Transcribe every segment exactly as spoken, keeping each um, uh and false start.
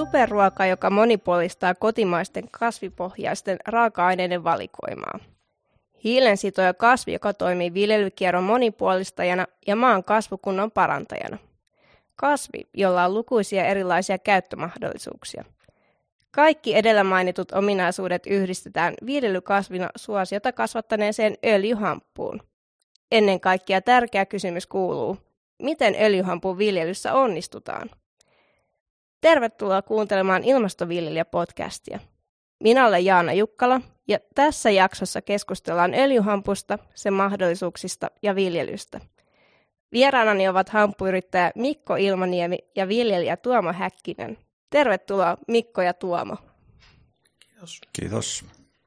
superruoka, joka monipuolistaa kotimaisten kasvipohjaisten raaka-aineiden valikoimaa. Hiilensito ja kasvi, joka toimii viljelykierron monipuolistajana ja maan kasvukunnon parantajana. Kasvi, jolla on lukuisia erilaisia käyttömahdollisuuksia. Kaikki edellä mainitut ominaisuudet yhdistetään viljelykasvina suosiota kasvattaneeseen öljyhamppuun. Ennen kaikkea tärkeä kysymys kuuluu, miten öljyhampun viljelyssä onnistutaan? Tervetuloa kuuntelemaan Ilmastoviljelijä-podcastia. Minä olen Jaana Jukkala ja tässä jaksossa keskustellaan öljyhampusta, sen mahdollisuuksista ja viljelystä. Vieraanani ovat hamppuyrittäjä Mikko Ilmaniemi ja viljelijä Tuomo Häkkinen. Tervetuloa Mikko ja Tuomo. Kiitos. Kiitos.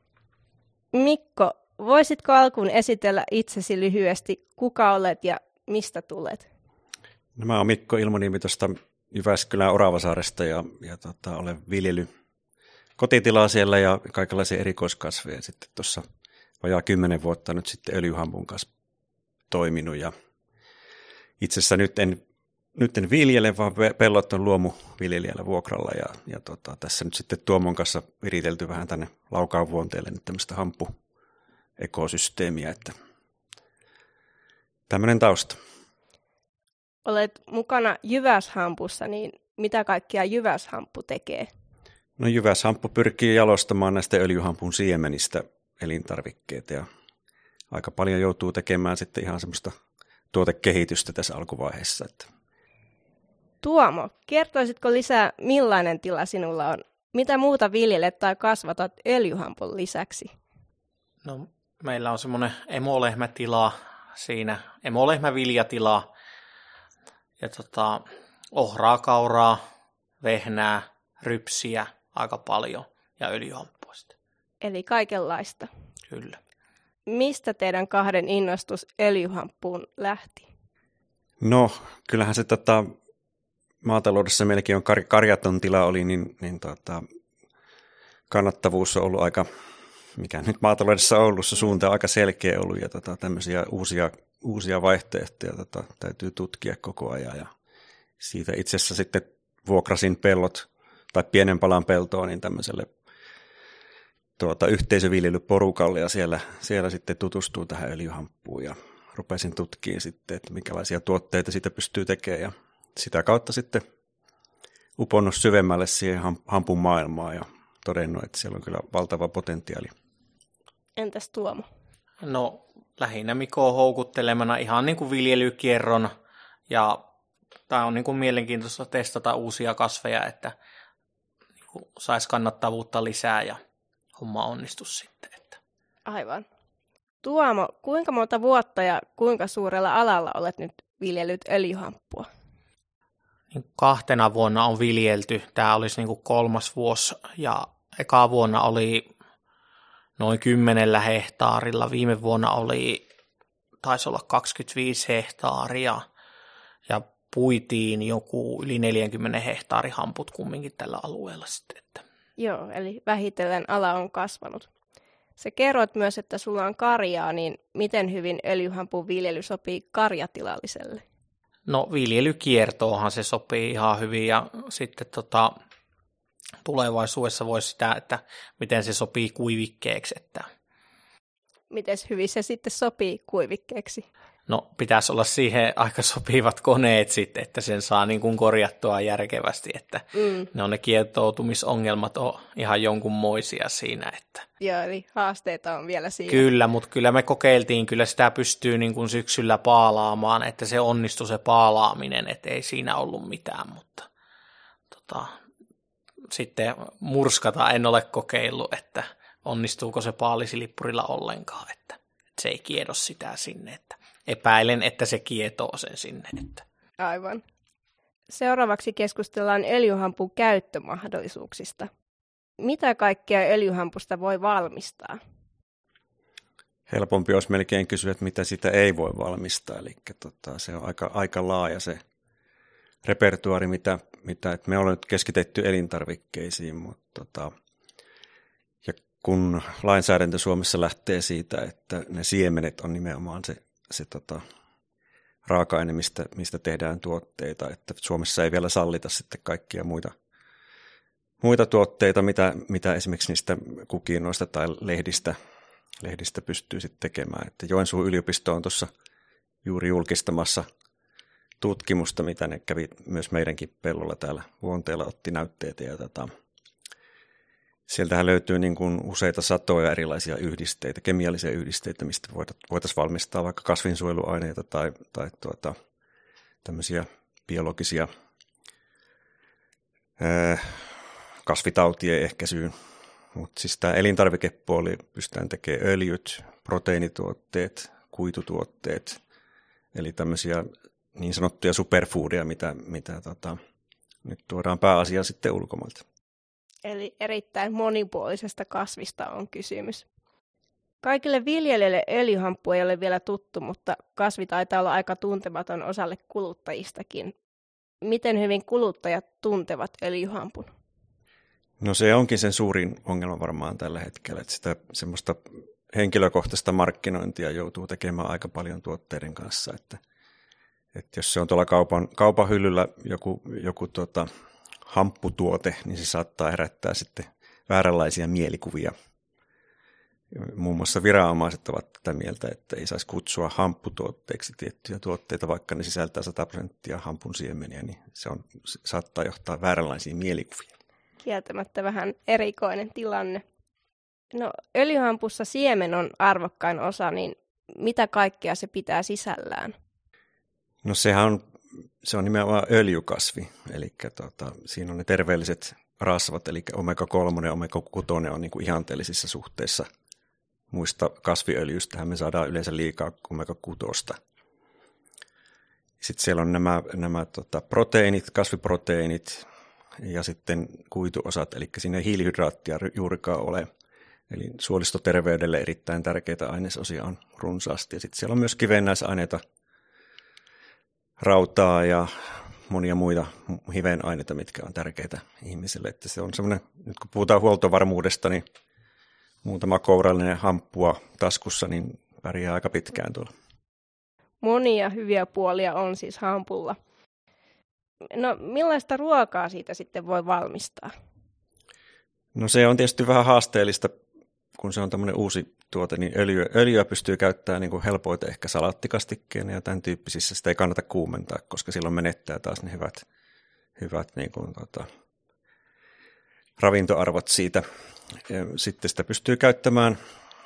Mikko, voisitko alkuun esitellä itsesi lyhyesti, kuka olet ja mistä tulet? No, mä oon Mikko Ilmaniemi tuosta Jyväskylän Oravasaaresta ja, ja tota, olen viljely kotitilaa siellä ja kaikenlaisia erikoiskasveja. Sitten tuossa vajaa kymmenen vuotta nyt sitten öljyhampun kanssa toiminut ja itse asiassa nyt en, nyt en viljele, vaan pellot on luomuviljelijällä vuokralla ja, ja tota, tässä nyt sitten Tuomon kanssa viritelty vähän tänne Laukaan vuonteelle nyt tämmöistä hampuekosysteemiä, että tämmöinen tausta. Olet mukana Jyväshampussa, niin mitä kaikkia Jyväshamppu tekee? No Jyväshamppu pyrkii jalostamaan näistä öljyhampun siemenistä elintarvikkeita ja aika paljon joutuu tekemään sitten ihan semmoista tuotekehitystä tässä alkuvaiheessa. Että. Tuomo, kertoisitko lisää, millainen tila sinulla on? Mitä muuta viljelet tai kasvatat öljyhampun lisäksi? No, meillä on semmoinen emolehmätila siinä, emolehmäviljatila ja tota, ohraa, kauraa, vehnää, rypsiä aika paljon ja öljyhamppua sitten. Eli kaikenlaista. Kyllä. Mistä teidän kahden innostus öljyhamppuun lähti? No, kyllähän se tota, maataloudessa meilläkin on kar- karjaton tila oli, niin, niin tota, kannattavuus on ollut aika, mikä nyt maataloudessa on ollut, se suunta on aika selkeä ollut ja tota, tämmöisiä uusia, uusia vaihtoehtoja tota, täytyy tutkia koko ajan. Ja siitä itse asiassa sitten vuokrasin pellot tai pienen palan peltoa niin tämmöiselle tuota, yhteisöviljelyporukalle ja siellä, siellä sitten tutustuu tähän öljyhamppuun ja rupesin tutkimaan sitten, että minkälaisia tuotteita siitä pystyy tekemään ja sitä kautta sitten uponnut syvemmälle siihen hampun maailmaan ja todennut, että siellä on kyllä valtava potentiaali. Entäs Tuomo? No lähinnä Mikko houkuttelemana ihan niin kuin viljelykierron ja tämä on niin kuin mielenkiintoista testata uusia kasveja, että niin saisi kannattavuutta lisää ja homma onnistuisi sitten. Että. Aivan. Tuomo, kuinka monta vuotta ja kuinka suurella alalla olet nyt viljellyt öljyhamppua? Niin kahtena vuonna on viljelty. Tämä olisi niin kuin kolmas vuosi ja eka vuonna oli noin kymmenellä hehtaarilla. Viime vuonna oli, taisi olla kaksikymmentäviisi hehtaaria ja puitiin joku yli neljäkymmentä hehtaarin hamput kumminkin tällä alueella sitten. Että. Joo, eli vähitellen ala on kasvanut. Sä kerroit myös, että sulla on karjaa, niin miten hyvin öljyhampun viljely sopii karjatilalliselle? No viljelykiertoonhan se sopii ihan hyvin ja sitten tota, tulevaisuudessa voisi sitä, että miten se sopii kuivikkeeksi. Että. Miten hyvin se sitten sopii kuivikkeeksi? No pitäisi olla siihen aika sopivat koneet sitten, että sen saa niin kuin korjattua järkevästi, että mm. ne on ne kietoutumisongelmat on ihan jonkunmoisia siinä. Että. Joo, eli haasteita on vielä siinä. Kyllä, mutta kyllä me kokeiltiin, kyllä sitä pystyy niin kuin syksyllä paalaamaan, että se onnistui se paalaaminen, että ei siinä ollut mitään, mutta tota, sitten murskata en ole kokeillut, että onnistuuko se paallisilippurilla ollenkaan, että, että se ei kiedo sitä sinne, että epäilen, että se kietoo sen sinne. Että. Aivan. Seuraavaksi keskustellaan öljyhampun käyttömahdollisuuksista. Mitä kaikkea öljyhampusta voi valmistaa? Helpompi olisi melkein kysyä, että mitä sitä ei voi valmistaa. Eli tota, se on aika, aika laaja se repertuaari, mitä, mitä että me ollaan nyt keskitetty elintarvikkeisiin, mutta tota, ja kun lainsäädäntö Suomessa lähtee siitä, että ne siemenet on nimenomaan se se tota, raaka-aine, mistä, mistä tehdään tuotteita, että Suomessa ei vielä sallita sitten kaikkia muita muita tuotteita, mitä, mitä esimerkiksi niistä kukiinoista tai lehdistä, lehdistä pystyy sitten tekemään. Että Joensuun yliopisto on tuossa juuri julkistamassa tutkimusta, mitä ne kävi myös meidänkin pellolla täällä Vuonteella, otti näytteitä. Ja tota, sieltähän löytyy niin kuin useita satoja erilaisia yhdisteitä, kemiallisia yhdisteitä, mistä voitaisiin valmistaa vaikka kasvinsuojeluaineita tai, tai tuota, tämmöisiä biologisia ää, kasvitautien ehkäisyyn. Mutta siis tämä elintarvikepuoli pystytään tekemään öljyt, proteiinituotteet, kuitutuotteet, eli tämmöisiä niin sanottuja superfoodia, mitä, mitä tota, nyt tuodaan pääasiaa sitten ulkomailta. Eli erittäin monipuolisesta kasvista on kysymys. Kaikille viljelijöille öljyhamppu ei ole vielä tuttu, mutta kasvi taitaa olla aika tuntematon osalle kuluttajistakin. Miten hyvin kuluttajat tuntevat öljyhampun? No se onkin sen suurin ongelma varmaan tällä hetkellä, että sitä semmoista henkilökohtaista markkinointia joutuu tekemään aika paljon tuotteiden kanssa, että, että jos se on tuolla kaupan, kaupan hyllyllä joku, joku tota, hampputuote, niin se saattaa herättää sitten vääränlaisia mielikuvia. Muun muassa viranomaiset ovat tätä mieltä, että ei saisi kutsua hampputuotteeksi tiettyjä tuotteita, vaikka ne sisältää sata prosenttia hampun siemeniä, niin se, on, se saattaa johtaa vääränlaisiin mielikuvia. Kieltämättä vähän erikoinen tilanne. No, öljyhampussa siemen on arvokkain osa, niin mitä kaikkea se pitää sisällään? No sehän on, se on nimenomaan öljykasvi, eli tota, siinä on ne terveelliset rasvat, eli omega kolme ja omega kuusi on niin kuin ihanteellisissa suhteissa. Muista kasviöljystähän me saadaan yleensä liikaa omega kuusi. Sitten siellä on nämä, nämä tota, proteiinit, kasviproteiinit ja sitten kuituosat, eli siinä ei hiilihydraattia juurikaan ole. Eli suolistoterveydelle erittäin tärkeitä ainesosia on runsaasti. Ja sitten siellä on myös kivennäisaineita, rautaa ja monia muita hivenaineita, mitkä on tärkeitä ihmisille. Että se on semmoinen, nyt kun puhutaan huoltovarmuudesta, niin muutama kourallinen hamppua taskussa, niin pärjää aika pitkään tuolla. Monia hyviä puolia on siis hampulla. No, millaista ruokaa siitä sitten voi valmistaa? No se on tietysti vähän haasteellista, kun se on tämmöinen uusi tuote, niin öljyä, öljyä pystyy käyttämään niin kuin helpoita ehkä salaattikastikkeena ja tämän tyyppisissä. Sitä ei kannata kuumentaa, koska silloin menettää taas ne hyvät, hyvät niin kuin, tota, ravintoarvot siitä. Ja sitten sitä pystyy käyttämään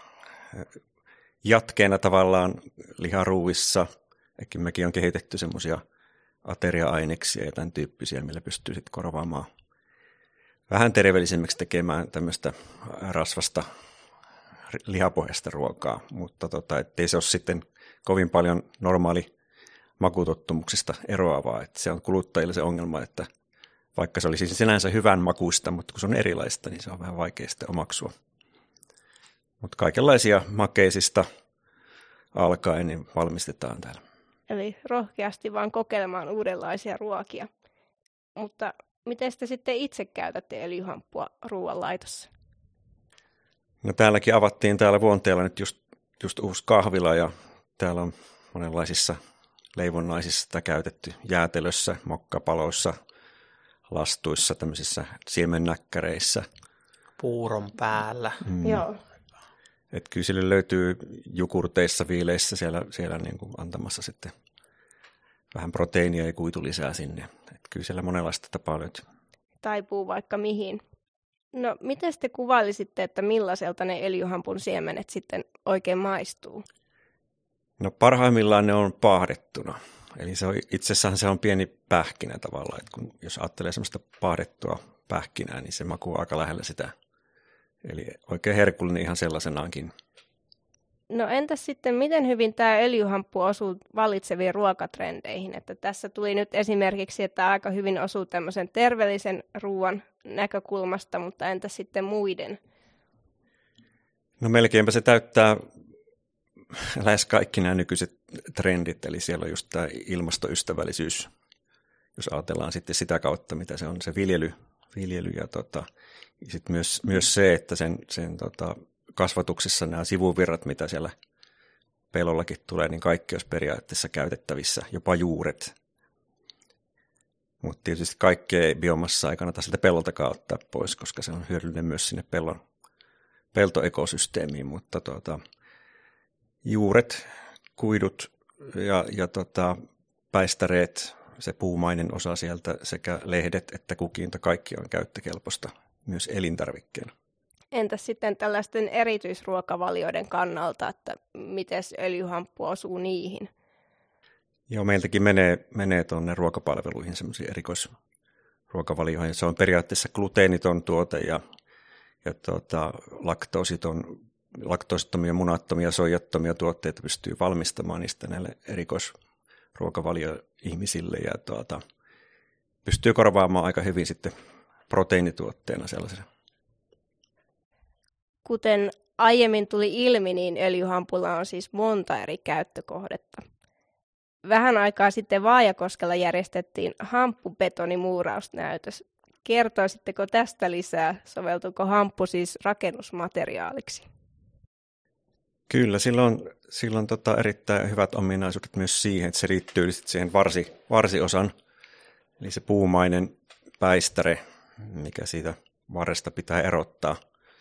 jatkeena tavallaan liharuuissa. Ehkä mekin on kehitetty semmoisia ateria-aineksia ja tämän tyyppisiä, millä pystyy sitten korvaamaan vähän terveellisemmäksi tekemään tämmöistä rasvasta lihapohjaista ruokaa, mutta tota, ettei se ole sitten kovin paljon normaali makutottumuksista eroavaa. Että se on kuluttajille se ongelma, että vaikka se olisi sinänsä hyvän makuista, mutta kun se on erilaista, niin se on vähän vaikea sitten omaksua. Mutta kaikenlaisia makeisista alkaen niin valmistetaan täällä. Eli rohkeasti vaan kokeilemaan uudenlaisia ruokia. Mutta miten te sitten itse käytätte öljyhamppua ruoanlaitossa? No täälläkin avattiin täällä Vuonteella nyt just, just uusi kahvila ja täällä on monenlaisissa leivonnaisissa sitä käytetty jäätelössä, mokkapaloissa, lastuissa, tämmöisissä siemennäkkäreissä. Puuron päällä. Mm. Joo. Että kyllä sille löytyy jukurteissa, viileissä siellä, siellä niin kuin antamassa sitten vähän proteiinia ja kuitulisää sinne. Että kyllä siellä monenlaista tapaa löytyy. Taipuu vaikka mihin. No, miten te kuvailisitte, että millaiselta ne öljyhampun siemenet sitten oikein maistuu? No parhaimmillaan ne on paahdettuna. Eli se on, itsessään se on pieni pähkinä tavallaan. Että kun, jos ajattelee semmoista paahdettua pähkinää, niin se makuu aika lähellä sitä. Eli oikein herkullinen ihan sellaisenaankin. No entäs sitten, miten hyvin tämä öljyhamppu osuu vallitseviin ruokatrendeihin? Että tässä tuli nyt esimerkiksi, että aika hyvin osuu tämmöisen terveellisen ruoan näkökulmasta, mutta entäs sitten muiden? No melkeinpä se täyttää lähes kaikki nämä nykyiset trendit, eli siellä on just tämä ilmastoystävällisyys, jos ajatellaan sitten sitä kautta, mitä se on se viljely, viljely ja tota, sitten myös, myös se, että sen, sen tota, kasvatuksessa nämä sivuvirrat, mitä siellä pellollakin tulee, niin kaikki olisi periaatteessa käytettävissä, jopa juuret. Mutta tietysti kaikkea ei biomassaa ei kannata siltä pelloltakaan ottaa pois, koska se on hyödyllinen myös sinne pellon, peltoekosysteemiin, mutta tuota, juuret, kuidut ja, ja tota, päistäreet, se puumainen osa sieltä sekä lehdet että kukinta, kaikki on käyttökelpoista myös elintarvikkeena. Entäs sitten tällaisten erityisruokavalioiden kannalta, että miten öljyhamppu osuu niihin? Joo, meiltäkin menee, menee tuonne ruokapalveluihin semmoisiin erikoisruokavalioihin. Se on periaatteessa gluteeniton tuote ja, ja tuota, laktoositon, laktoosittomia, munattomia, soijattomia tuotteita pystyy valmistamaan niistä näille erikoisruokavalioihmisille ja tuota, pystyy korvaamaan aika hyvin sitten proteiinituotteena sellaisena. Kuten aiemmin tuli ilmi, niin öljyhampulla on siis monta eri käyttökohdetta. Vähän aikaa sitten Vaajakoskella järjestettiin hamppubetonimuurausnäytös. Kertoisitteko tästä lisää? Soveltuuko hamppu siis rakennusmateriaaliksi? Kyllä, sillä on, sillä on tota erittäin hyvät ominaisuudet myös siihen, että se liittyy siihen varsi, varsiosan, eli se puumainen päistäre, mikä siitä varresta pitää erottaa.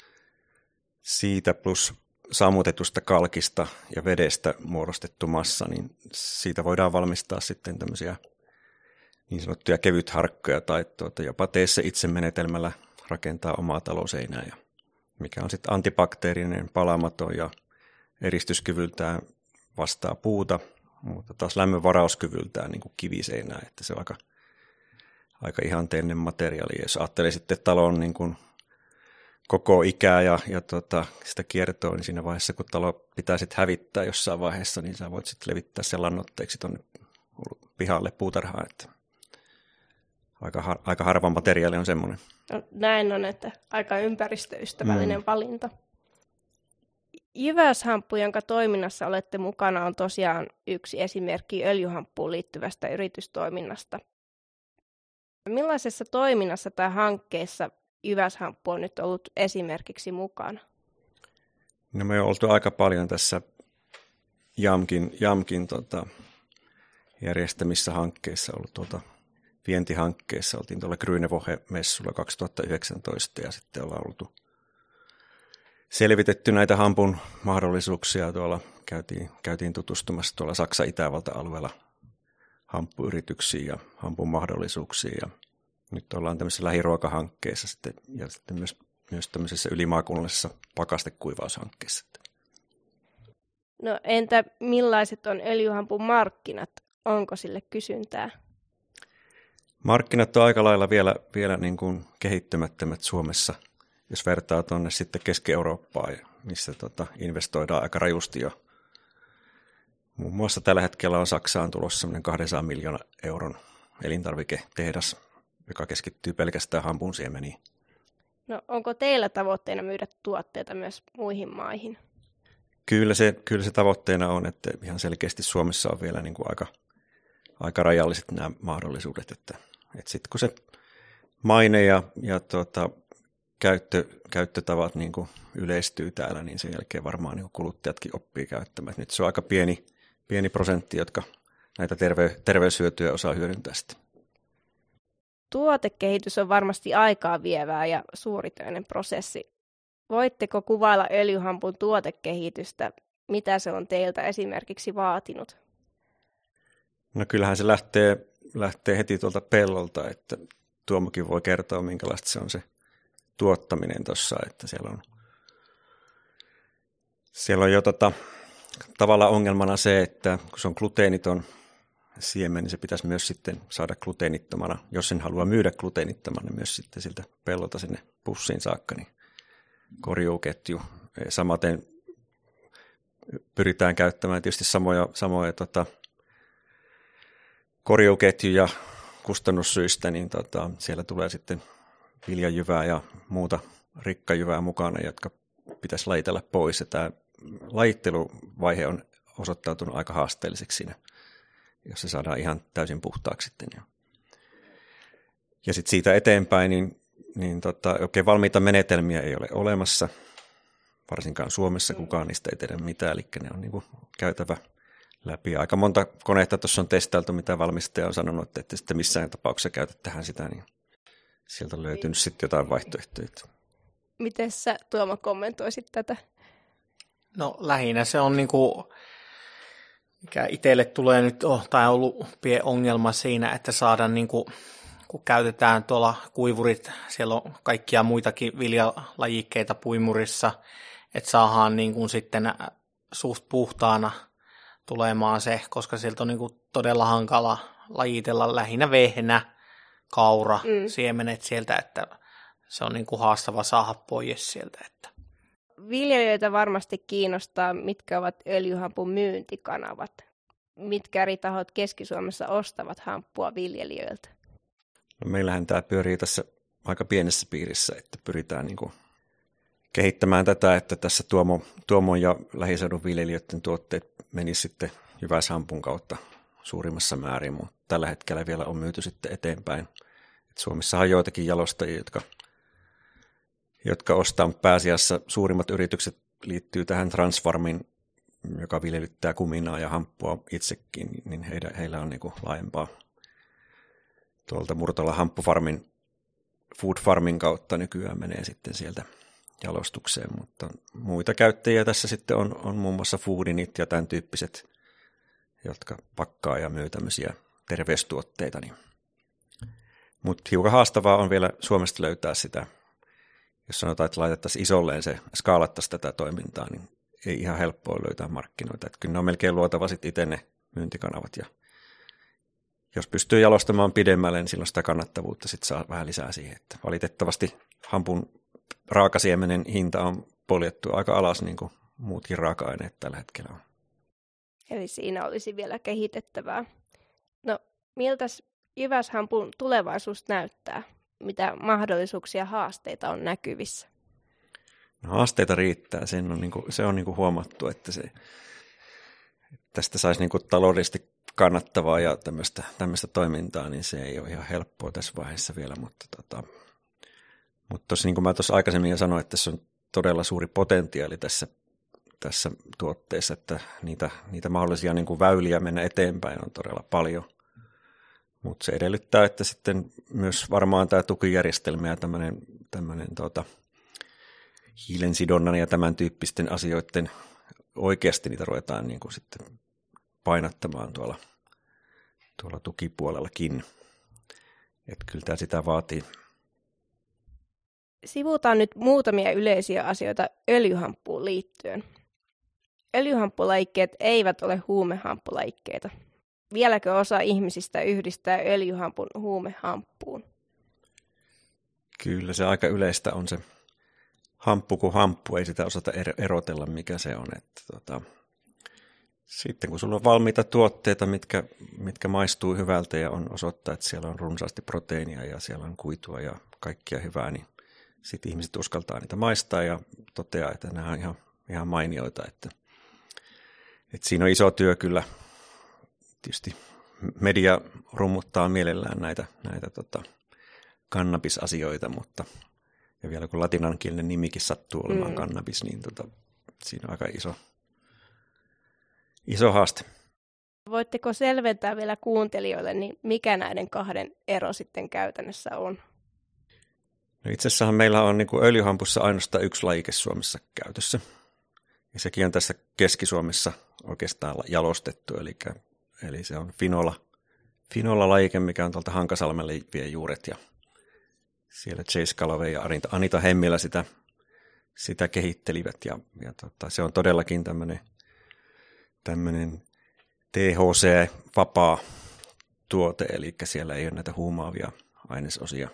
Siitä plus sammutetusta kalkista ja vedestä muodostettu massa, niin siitä voidaan valmistaa sitten tämmöisiä niin sanottuja kevytharkkoja tai tuota, jopa teessä itse menetelmällä rakentaa omaa taloseinää, ja mikä on sitten antibakteerinen, palamaton ja eristyskyvyltään vastaa puuta, mutta taas lämmönvarauskyvyltään niin kuin kiviseinää, että se on aika, aika ihanteellinen materiaali. Jos ajattelee sitten talon niin kuin koko ikää ja, ja tota, sitä kiertoa, niin siinä vaiheessa, kun talo pitää sitten hävittää jossain vaiheessa, niin sä voit sitten levittää sen lannoitteeksi tuonne pihalle puutarhaan. Että aika, har, aika harva materiaali on semmoinen. No, näin on, että aika ympäristöystävällinen mm. valinta. Jyväshamppu, jonka toiminnassa olette mukana, on tosiaan yksi esimerkki öljyhamppuun liittyvästä yritystoiminnasta. Millaisessa toiminnassa tai hankkeessa Jyväshamppu on nyt ollut esimerkiksi mukana? No, me on oltu aika paljon tässä Jamkin, Jamkin tota, järjestämissä hankkeissa, ollut tuolta vientihankkeessa. Oltiin tuolla Grünewoche-messulla kaksituhattayhdeksäntoista ja sitten ollaan oltu selvitetty näitä hampun mahdollisuuksia. Tuolla käytiin, käytiin tutustumassa tuolla Saksa-Itävalta-alueella hamppuyrityksiin ja hampun mahdollisuuksiin. Ja nyt ollaan tämmöisessä lähiruokahankkeessa sitten, ja sitten myös, myös tämmöisessä ylimaakunnallisessa pakastekuivaushankkeessa. No entä millaiset on öljyhampun markkinat? Onko sille kysyntää? Markkinat on aika lailla vielä, vielä niin kuin kehittymättömät Suomessa, jos vertaa tuonne sitten Keski-Eurooppaan, missä tota investoidaan aika rajusti jo. Muun muassa tällä hetkellä on Saksaan tulossa semmoinen kahdensadan miljoonan euron elintarviketehdas, joka keskittyy pelkästään hampun siemeniin. No, onko teillä tavoitteena myydä tuotteita myös muihin maihin? Kyllä se, kyllä se tavoitteena on, että ihan selkeästi Suomessa on vielä niin kuin aika, aika rajalliset nämä mahdollisuudet. Että, että sitten kun se maine ja, ja tuota, käyttö, käyttötavat niin kuin yleistyy täällä, niin sen jälkeen varmaan niin kuin kuluttajatkin oppii käyttämään. Nyt se on aika pieni, pieni prosentti, jotka näitä terve, terveyshyötyjä osaa hyödyntää sitten. Tuotekehitys on varmasti aikaa vievää ja suuritöinen prosessi. Voitteko kuvailla öljyhampun tuotekehitystä? Mitä se on teiltä esimerkiksi vaatinut? No kyllähän se lähtee, lähtee heti tuolta pellolta, että Tuomokin voi kertoa, minkälaista se on se tuottaminen tuossa, että siellä on, siellä on jo tota, tavallaan ongelmana se, että kun se on gluteeniton siemen, niin se pitäisi myös sitten saada gluteenittomana, jos sen haluaa myydä gluteenittomana, niin myös sitten siltä pellolta sinne pussiin saakka, niin korjuuketju. Samaten pyritään käyttämään tietysti samoja, samoja tota, korjuuketjuja kustannussyistä, niin tota, siellä tulee sitten viljajyvää ja muuta rikkajyvää mukana, jotka pitäisi lajitella pois. Ja tämä lajitteluvaihe on osoittautunut aika haasteelliseksi siinä, jos se saadaan ihan täysin puhtaaksi sitten. Ja sitten siitä eteenpäin, niin, niin tota, oikein valmiita menetelmiä ei ole olemassa, varsinkaan Suomessa kukaan niistä ei tiedä mitään, eli ne on niin kuin käytävä läpi. Aika monta koneetta tuossa on testailtu, mitä valmistaja on sanonut, että sitten missään tapauksessa käytettähän sitä, niin sieltä on löytynyt sitten jotain vaihtoehtoja. Miten sä, Tuomo, kommentoisit tätä? No lähinnä se on niinku, mikä itselle tulee nyt, oh, tai on ollut pieni ongelma siinä, että saadaan niinku, kun käytetään tuolla kuivurit, siellä on kaikkia muitakin viljalajikkeita puimurissa, että saadaan niinku sitten suht puhtaana tulemaan se, koska sieltä on niinku todella hankala lajitella lähinnä vehnä, kaura, mm. siemenet sieltä, että se on niinku haastava saada pois sieltä. Että. Viljelijöitä varmasti kiinnostaa, mitkä ovat öljyhampun myyntikanavat. Mitkä eri tahot Keski-Suomessa ostavat hamppua viljelijöiltä? No meillähän tämä pyörii tässä aika pienessä piirissä, että pyritään niinku kehittämään tätä, että tässä Tuomo, Tuomon ja lähiseudun viljelijöiden tuotteet menisivät sitten Jyväshampun kautta suurimmassa määrin, mutta tällä hetkellä vielä on myyty sitten eteenpäin. Et Suomessahan on joitakin jalostajia, jotka, jotka ostaa, mutta pääasiassa suurimmat yritykset liittyy tähän Transfarmin, joka viljelyttää kuminaa ja hamppua itsekin, niin heillä, heillä on niinku laajempaa tuolta Murtola Hamppufarmin, Food Farmin kautta nykyään menee sitten sieltä jalostukseen, mutta muita käyttäjiä tässä sitten on, on muun muassa Foodinit ja tämän tyyppiset, jotka pakkaa ja myy tämmöisiä terveystuotteita. Niin. Mutta hiukan haastavaa on vielä Suomesta löytää sitä, jos sanotaan, että laitettaisiin isolleen se, skaalattaisiin tätä toimintaa, niin ei ihan helppoa löytää markkinoita. Että kyllä ne on melkein luotava sitten itse ne myyntikanavat, ja jos pystyy jalostamaan pidemmälle, niin silloin sitä kannattavuutta sitten saa vähän lisää siihen. Että valitettavasti hampun raakasiemenen hinta on poljettu aika alas, niin kuin muutkin raaka-aineet tällä hetkellä on. Eli siinä olisi vielä kehitettävää. No, miltäs Jyväshampun tulevaisuus näyttää? Mitä mahdollisuuksia ja haasteita on näkyvissä? No, haasteita riittää. Sen on, niin kuin, se on niin kuin huomattu, että se, tästä saisi niin kuin taloudellisesti kannattavaa ja tämmöistä, tämmöistä toimintaa, niin se ei ole ihan helppoa tässä vaiheessa vielä, mutta tota, mutta tossa, niin kuin mä tuossa aikaisemmin jo sanoin, että tässä on todella suuri potentiaali tässä, tässä tuotteessa, että niitä, niitä mahdollisia niin kuin väyliä mennä eteenpäin on todella paljon, mutta se edellyttää, että sitten myös varmaan tämä tukijärjestelmä ja tämmöinen, tämmöinen tuota, hiilensidonnan ja tämän tyyppisten asioiden oikeasti niitä ruvetaan niin kuin sitten painattamaan tuolla, tuolla tukipuolellakin, että kyllä tämä sitä vaatii. Sivutaan nyt muutamia yleisiä asioita öljyhamppuun liittyen. Öljyhamppulajikkeet eivät ole huumehamppulajikkeita. Vieläkö osa ihmisistä yhdistää öljyhampun huumehamppuun? Kyllä se aika yleistä on se hamppu kuin hamppu, ei sitä osata erotella mikä se on. Että tota, sitten kun sulla on valmiita tuotteita, mitkä, mitkä maistuu hyvältä ja on osoittaa, että siellä on runsaasti proteiinia ja siellä on kuitua ja kaikkia hyvää, niin sitten ihmiset uskaltaa niitä maistaa ja toteaa, että nämä on ihan, ihan mainioita. Että, että siinä on iso työ kyllä. Tietysti media rummuttaa mielellään näitä, näitä tota, kannabisasioita, mutta ja vielä kun latinankielinen nimikin sattuu olemaan mm. kannabis, niin tota, siinä on aika iso, iso haaste. Voitteko selventää vielä kuuntelijoille, niin mikä näiden kahden ero sitten käytännössä on? No itse asiassa meillä on niin kuin öljyhampussa ainoastaan yksi lajike Suomessa käytössä. Ja sekin on tässä Keski-Suomessa oikeastaan jalostettu, eli, eli se on finola, finola-lajike, mikä on tuolta Hankasalmelle vie juuret. Ja siellä Chase Calloway ja Anita Hemmilä sitä, sitä kehittelivät. Ja, ja tota, se on todellakin tämmöinen, tämmöinen T H C-vapaa tuote, eli siellä ei ole näitä huumaavia ainesosia.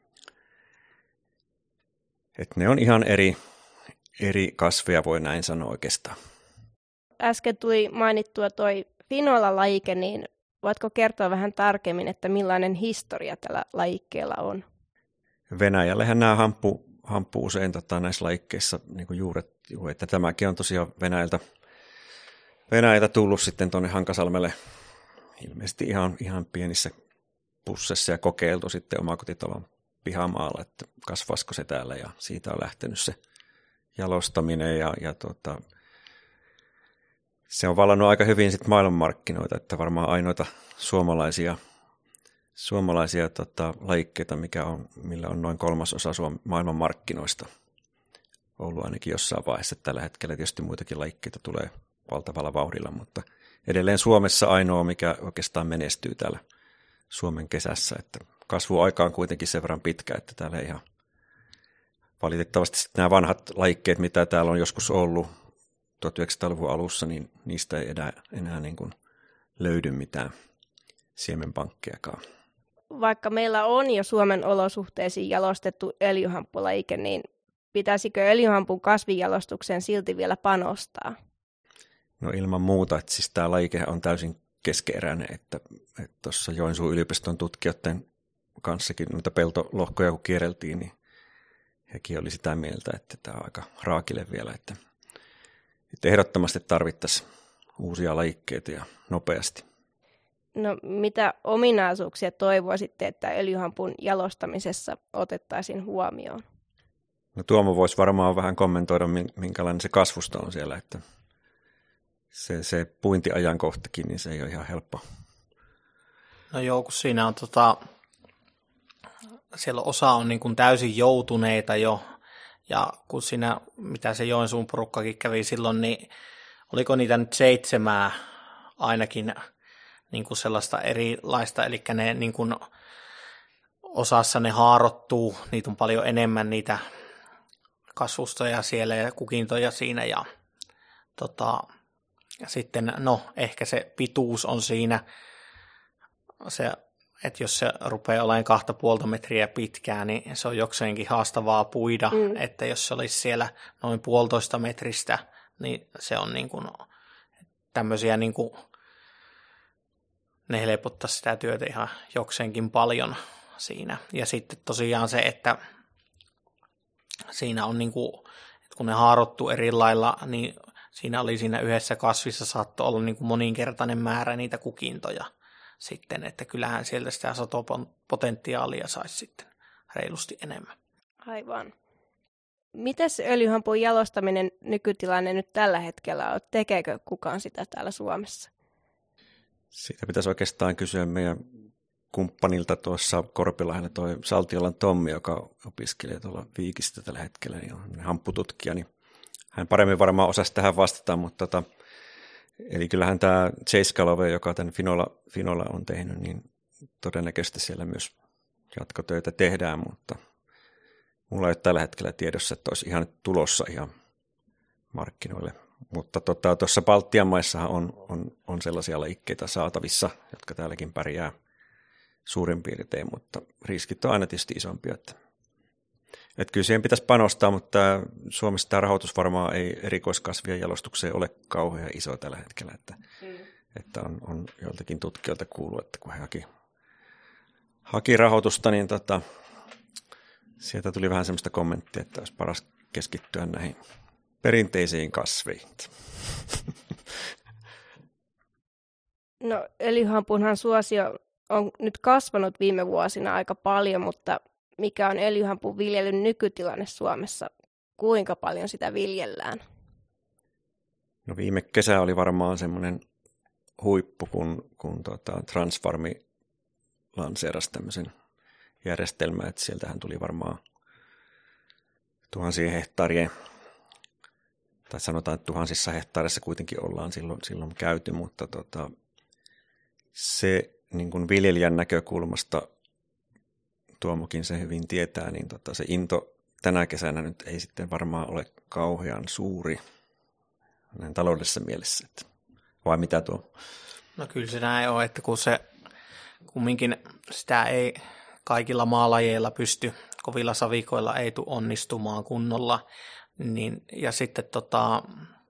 Että ne on ihan eri, eri kasveja, voi näin sanoa oikeastaan. Äsken tuli mainittua toi finola-lajike, niin voitko kertoa vähän tarkemmin, että millainen historia tällä lajikkeella on? Venäjällähän nämä hamppu, hamppu usein tota, näissä lajikkeissa niin kuin juuret, että tämäkin on tosiaan Venäjältä, Venäjältä tullut sitten tuonne Hankasalmelle ilmeisesti ihan, ihan pienissä pussissa ja kokeiltu sitten omakotitalon pihamaalla, että kasvaisiko se täällä, ja siitä on lähtenyt se jalostaminen ja, ja tota, se on vallannut aika hyvin sit maailmanmarkkinoita, että varmaan ainoita suomalaisia, suomalaisia tota, lajikkeita, mikä on, millä on noin kolmasosa Suom- maailmanmarkkinoista ollut ainakin jossain vaiheessa. Tällä hetkellä tietysti muitakin lajikkeita tulee valtavalla vauhdilla, mutta edelleen Suomessa ainoa, mikä oikeastaan menestyy täällä Suomen kesässä, että kasvuaika on kuitenkin sen verran pitkä, että täällä ei ihan valitettavasti nämä vanhat lajikkeet, mitä täällä on joskus ollut tuhatyhdeksänsataaluvun alussa, niin niistä ei enää, enää niin kuin löydy mitään siemenpankkejakaan. Vaikka meillä on jo Suomen olosuhteisiin jalostettu öljyhamppulajike, niin pitäisikö öljyhampun kasvinjalostukseen silti vielä panostaa? No ilman muuta, että siis tämä lajike on täysin keskeeräinen, että tuossa Joensuun yliopiston tutkijoiden kanssakin noita peltolohkoja kun kierreltiin, niin hekin oli sitä mieltä, että tämä on aika raakille vielä, että, että ehdottomasti tarvittaisiin uusia lajikkeita ja nopeasti. No mitä ominaisuuksia toivoisitte, että öljyhampun jalostamisessa otettaisiin huomioon? No Tuomo voisi varmaan vähän kommentoida, minkälainen se kasvusto on siellä, että se, se puintiajankohtakin, niin se ei ole ihan helppo. No joo, kun siinä on tota, siellä osa on niin kuin täysin joutuneita jo, ja kun siinä, mitä se Joensuun porukkakin kävi silloin, niin oliko niitä nyt seitsemää ainakin niin kuin sellaista erilaista, eli ne niin kuin osassa ne haarottuu, niitä on paljon enemmän niitä kasvustoja siellä ja kukintoja siinä, ja tota, ja sitten, no, ehkä se pituus on siinä, se, että jos se rupeaa olemaan kahta puolta metriä pitkää, niin se on jokseenkin haastavaa puida, mm. että jos se olisi siellä noin puolitoista metristä, niin se on niin kuin tämmöisiä, niin kuin, ne helpottaa sitä työtä ihan jokseenkin paljon siinä. Ja sitten tosiaan se, että siinä on niin kuin, että kun ne haarottuu eri lailla, niin siinä oli siinä yhdessä kasvissa saattoi olla niin kuin moninkertainen määrä niitä kukintoja sitten, että kyllähän sieltä sitä satopotentiaalia saisi sitten reilusti enemmän. Aivan. Mites öljyhampun jalostaminen nykytilanne nyt tällä hetkellä on? Tekeekö kukaan sitä täällä Suomessa? Siitä pitäisi oikeastaan kysyä meidän kumppanilta tuossa Korpilahdella, toi Saltiolan Tommi, joka opiskelee tuolla Viikistä tällä hetkellä, niin on hamppututkija, niin hän paremmin varmaan osasi tähän vastata, mutta tota, eli kyllähän tämä Chase Galloway, joka tämän Finola, Finola on tehnyt, niin todennäköisesti siellä myös jatkotöitä tehdään, mutta mulla ei ole tällä hetkellä tiedossa, että olisi ihan tulossa ihan markkinoille. Mutta tuossa tota, Baltian maissahan on, on, on sellaisia lajikkeita saatavissa, jotka täälläkin pärjää suurin piirtein, mutta riskit on aina tietysti isompia. Että, että kyllä siihen pitäisi panostaa, mutta Suomessa tämä rahoitus varmaan ei erikoiskasvien jalostukseen ole kauhean iso tällä hetkellä. Että, mm. että on, on joiltakin tutkijoilta kuullut, että kun he haki, haki rahoitusta, niin tota, sieltä tuli vähän sellaista kommenttia, että olisi paras keskittyä näihin perinteisiin kasveihin. No öljyhampunhan suosio on nyt kasvanut viime vuosina aika paljon, mutta mikä on öljyhampun viljelyn nykytilanne Suomessa? Kuinka paljon sitä viljellään? No viime kesä oli varmaan semmoinen huippu, kun, kun tuota, Transfarmi lanseerasi tämmöisen järjestelmän, että sieltähän tuli varmaan tuhansien hehtaarien, tai sanotaan, että tuhansissa hehtaareissa kuitenkin ollaan silloin, silloin käyty, mutta tota, se niin kuin viljelijän näkökulmasta, Tuomokin se hyvin tietää, niin tota, se into tänä kesänä nyt ei sitten varmaan ole kauhean suuri näin taloudellisessa mielessä. Että, vai mitä tuo? No kyllä se näin on, että kun se kumminkin sitä ei kaikilla maalajeilla pysty, kovilla savikoilla ei tule onnistumaan kunnolla, niin, ja sitten tota,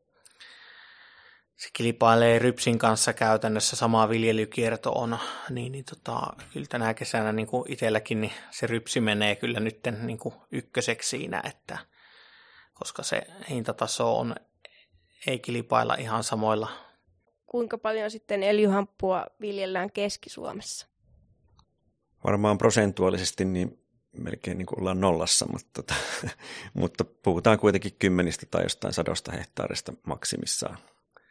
se kilpailee rypsin kanssa käytännössä, sama viljelykierto on, niin, niin tota, kyllä tänä kesänä niin kuin itselläkin niin se rypsi menee kyllä nyt niin kuin ykköseksi siinä, että, koska se hintataso on, ei kilpailla ihan samoilla. Kuinka paljon sitten öljyhamppua viljellään Keski-Suomessa? Varmaan prosentuaalisesti niin melkein niin kuin ollaan nollassa, mutta, tota, mutta puhutaan kuitenkin kymmenistä tai jostain sadosta hehtaarista maksimissaan.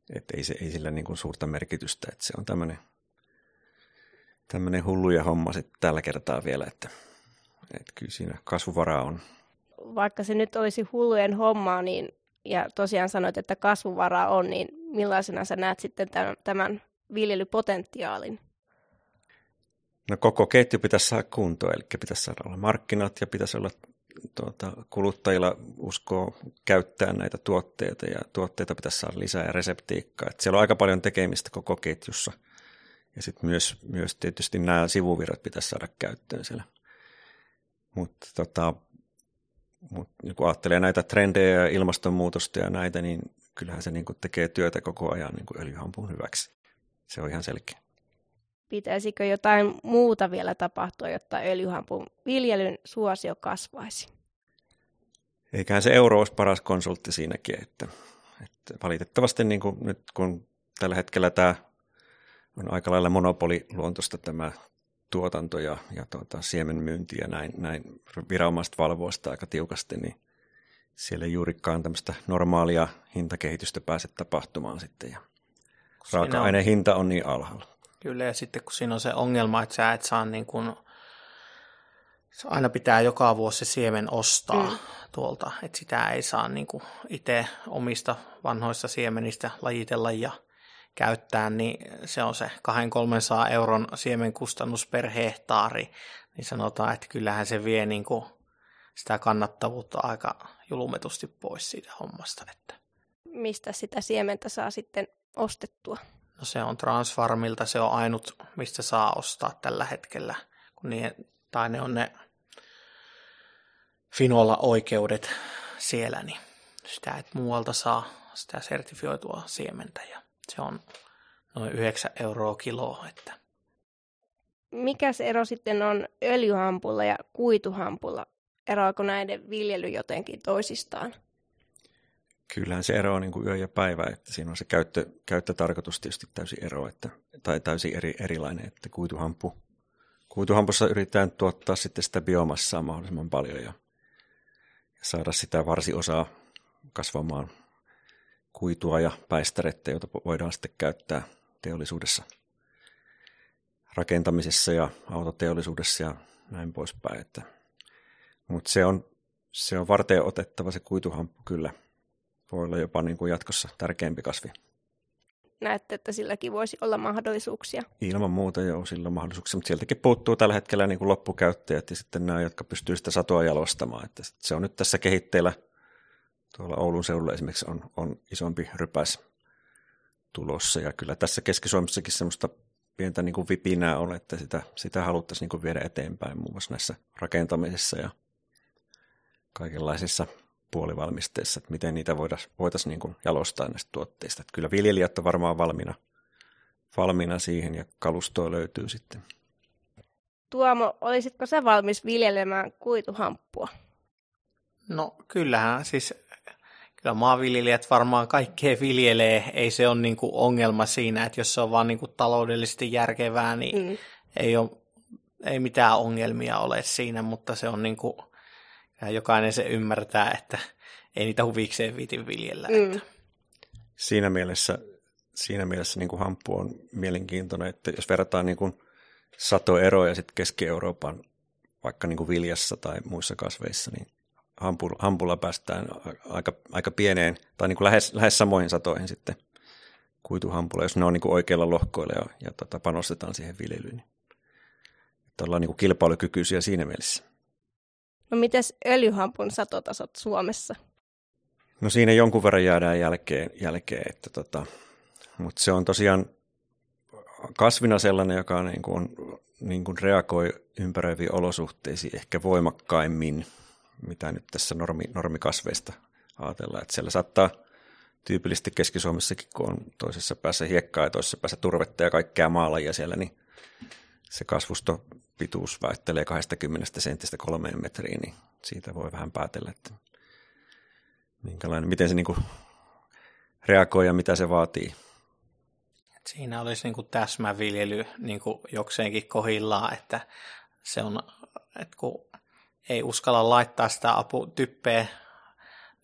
Että ei, se, ei sillä niin kuin suurta merkitystä, että se on tämmöinen tämmöinen hulluja homma sitten tällä kertaa vielä, että, että kyllä siinä kasvuvaraa on. Vaikka se nyt olisi hullujen hommaa, niin, ja tosiaan sanoit, että kasvuvaraa on, niin millaisena sä näet sitten tämän, tämän viljelypotentiaalin? No koko ketju pitäisi saada kuntoon, eli pitäisi saada olla markkinat ja pitäisi olla tuota, kuluttajilla uskoa käyttää näitä tuotteita ja tuotteita pitäisi saada lisää ja reseptiikkaa. Että siellä on aika paljon tekemistä koko ketjussa ja sitten myös, myös tietysti nämä sivuvirrat pitäisi saada käyttöön siellä. Mutta tota, mut, kun ajattelee näitä trendejä ja ilmastonmuutosta ja näitä, niin kyllähän se niin kuin tekee työtä koko ajan niin kuin öljyhampun hyväksi. Se on ihan selkeä. Pitäisikö jotain muuta vielä tapahtua, jotta öljyhampun viljelyn suosio kasvaisi? Eiköhän se euro olisi paras konsultti siinäkin, että, että valitettavasti niin kuin nyt kun tällä hetkellä tämä on aika lailla monopoliluontoista tämä tuotanto ja, ja tuota, siemenmyynti ja näin, näin viranomaiset valvoo sitä aika tiukasti, niin siellä ei juurikaan tämmöistä normaalia hintakehitystä pääse tapahtumaan sitten ja raaka-aineen hinta on niin alhaalla. Kyllä, ja sitten kun siinä on se ongelma, että sä et saa niin kuin, aina pitää joka vuosi se siemen ostaa mm. tuolta, että sitä ei saa niin kuin itse omista vanhoista siemenistä lajitella ja käyttää, niin se on se kaksisataa kolmesataa euron siemenkustannus per hehtaari, niin sanotaan, että kyllähän se vie niin kuin sitä kannattavuutta aika julmetusti pois siitä hommasta. Että. Mistä sitä siementä saa sitten ostettua? No se on Transfarmilta, se on ainut, mistä saa ostaa tällä hetkellä, kun niiden, tai ne on ne Finola-oikeudet siellä, niin sitä et muualta saa sitä sertifioitua siementä, ja se on noin yhdeksän euroa kiloa. Että. Mikä se ero sitten on öljyhampulla ja kuituhampulla? Eroako näiden viljely jotenkin toisistaan? Kyllähän se ero on niin kuin yö ja päivä, että siinä on se käyttö, käyttötarkoitus tietysti täysin ero, että, tai täysin eri, erilainen, että kuituhampu, kuituhampussa yritetään tuottaa sitten sitä biomassaa mahdollisimman paljon ja, ja saada sitä varsiosaa kasvamaan kuitua ja päistärettä, jota voidaan sitten käyttää teollisuudessa, rakentamisessa ja autoteollisuudessa ja näin poispäin. Että, mutta se on, se on varten otettava se kuituhampu kyllä. Voi olla jopa niin kuin jatkossa tärkeämpi kasvi. Näette, että silläkin voisi olla mahdollisuuksia? Ilman muuta joo, sillä on mahdollisuuksia, mutta sieltäkin puuttuu tällä hetkellä niin kuin loppukäyttäjät ja sitten nämä, jotka pystyvät sitä satoa jalostamaan. Että se on nyt tässä kehitteillä. Tuolla Oulun seudulla esimerkiksi on, on isompi rypäs tulossa ja kyllä tässä Keski-Suomessakin semmoista pientä niin kuin vipinää on, että sitä, sitä haluttaisiin niin kuin viedä eteenpäin muun muassa näissä rakentamisissa ja kaikenlaisissa puolivalmisteissa, että miten niitä voitaisiin voitais niin kuin jalostaa näistä tuotteista. Että kyllä viljelijät on varmaan valmiina, valmiina siihen ja kalustoa löytyy sitten. Tuomo, olisitko sä valmis viljelemään kuituhamppua? No kyllähän, siis kyllä maanviljelijät varmaan kaikkea viljelee. Ei se ole niin kuin ongelma siinä, että jos se on vaan niin kuin taloudellisesti järkevää, niin mm. ei, ole, ei mitään ongelmia ole siinä, mutta se on niin kuin ja jokainen se ymmärtää, että ei niitä huvikseen viitin viljellä. Mm. Että. Siinä mielessä, siinä mielessä niin kuin hamppu on mielenkiintoinen, että jos verrataan niin kuin satoeroja sitten Keski-Euroopan vaikka niin kuin viljassa tai muissa kasveissa, niin hampulla, hampulla päästään aika, aika pieneen tai niin kuin lähes, lähes samoihin satoihin sitten kuituhampulla, jos ne on niin kuin oikeilla lohkoilla ja, ja tota, panostetaan siihen viljelyyn. Niin. Että ollaan niin kuin kilpailukykyisiä siinä mielessä. No mites öljyhampun satotasot Suomessa? No siinä jonkun verran jäädään jälkeen, jälkeen että tota, mutta se on tosiaan kasvina sellainen, joka niin kuin, niin kuin reagoi ympäröiviin olosuhteisiin ehkä voimakkaimmin, mitä nyt tässä normi, normikasveista ajatellaan. Että siellä saattaa tyypillisesti Keski-Suomessakin, kun on toisessa päässä hiekkaa ja toisessa päässä turvetta ja kaikkea maalajia siellä, niin se kasvusto pituus vaihtelee kaksikymmentä sentistä kolmeen metriin, niin siitä voi vähän päätellä, että minkälainen, miten se niin kuin reagoi ja mitä se vaatii. Siinä olisi niin kuin täsmäviljely niin kuin jokseenkin kohdillaan, että se on, että kun ei uskalla laittaa sitä aputyppeä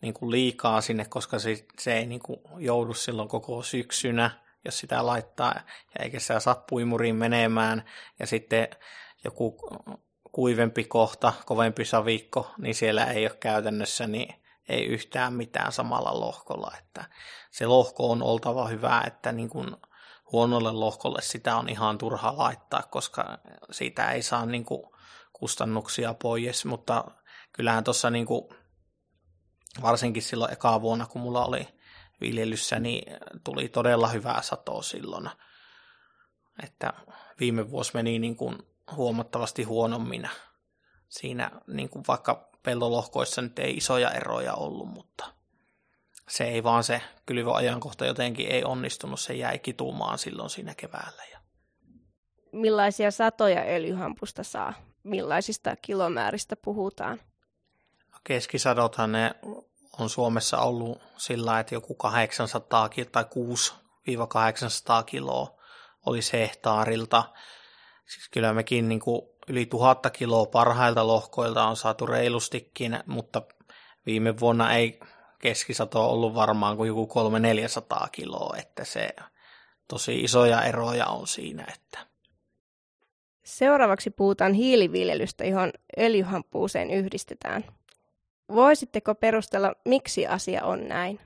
niin kuin liikaa sinne, koska se, se ei niin kuin joudu silloin koko syksynä, jos sitä laittaa, ja eikä sitä saa puimuriin menemään, ja sitten joku kuivempi kohta, kovempi savikko, niin siellä ei ole käytännössä niin ei yhtään mitään samalla lohkolla, että se lohko on oltava hyvä, että niin kuin huonolle lohkolle sitä on ihan turha laittaa, koska siitä ei saa niin kuin kustannuksia pois, mutta kyllähän tuossa niin kuin varsinkin silloin ekaa vuonna, kun mulla oli viljelyssä, niin tuli todella hyvää satoa silloin, että viime vuosi meni niin kuin huomattavasti huonommin siinä, niin kuin vaikka peltolohkoissa nyt ei isoja eroja ollut, mutta se ei vaan se kylvöajankohta jotenkin ei onnistunut, se jäi kitumaan silloin siinä keväällä. Millaisia satoja öljyhampusta saa? Millaisista kilomääristä puhutaan? No keskisadothan ne on Suomessa ollut sillä, että joku kahdeksansataa tai kuusi kahdeksansataa kiloa olisi hehtaarilta. Siis kyllä mekin niin kuin yli tuhatta kiloa parhailta lohkoilta on saatu reilustikin, mutta viime vuonna ei keskisato ollut varmaan kuin joku kolme neljäsataa kiloa, että se tosi isoja eroja on siinä. Että. Seuraavaksi puhutaan hiiliviljelystä, johon öljyhampuuseen yhdistetään. Voisitteko perustella, miksi asia on näin?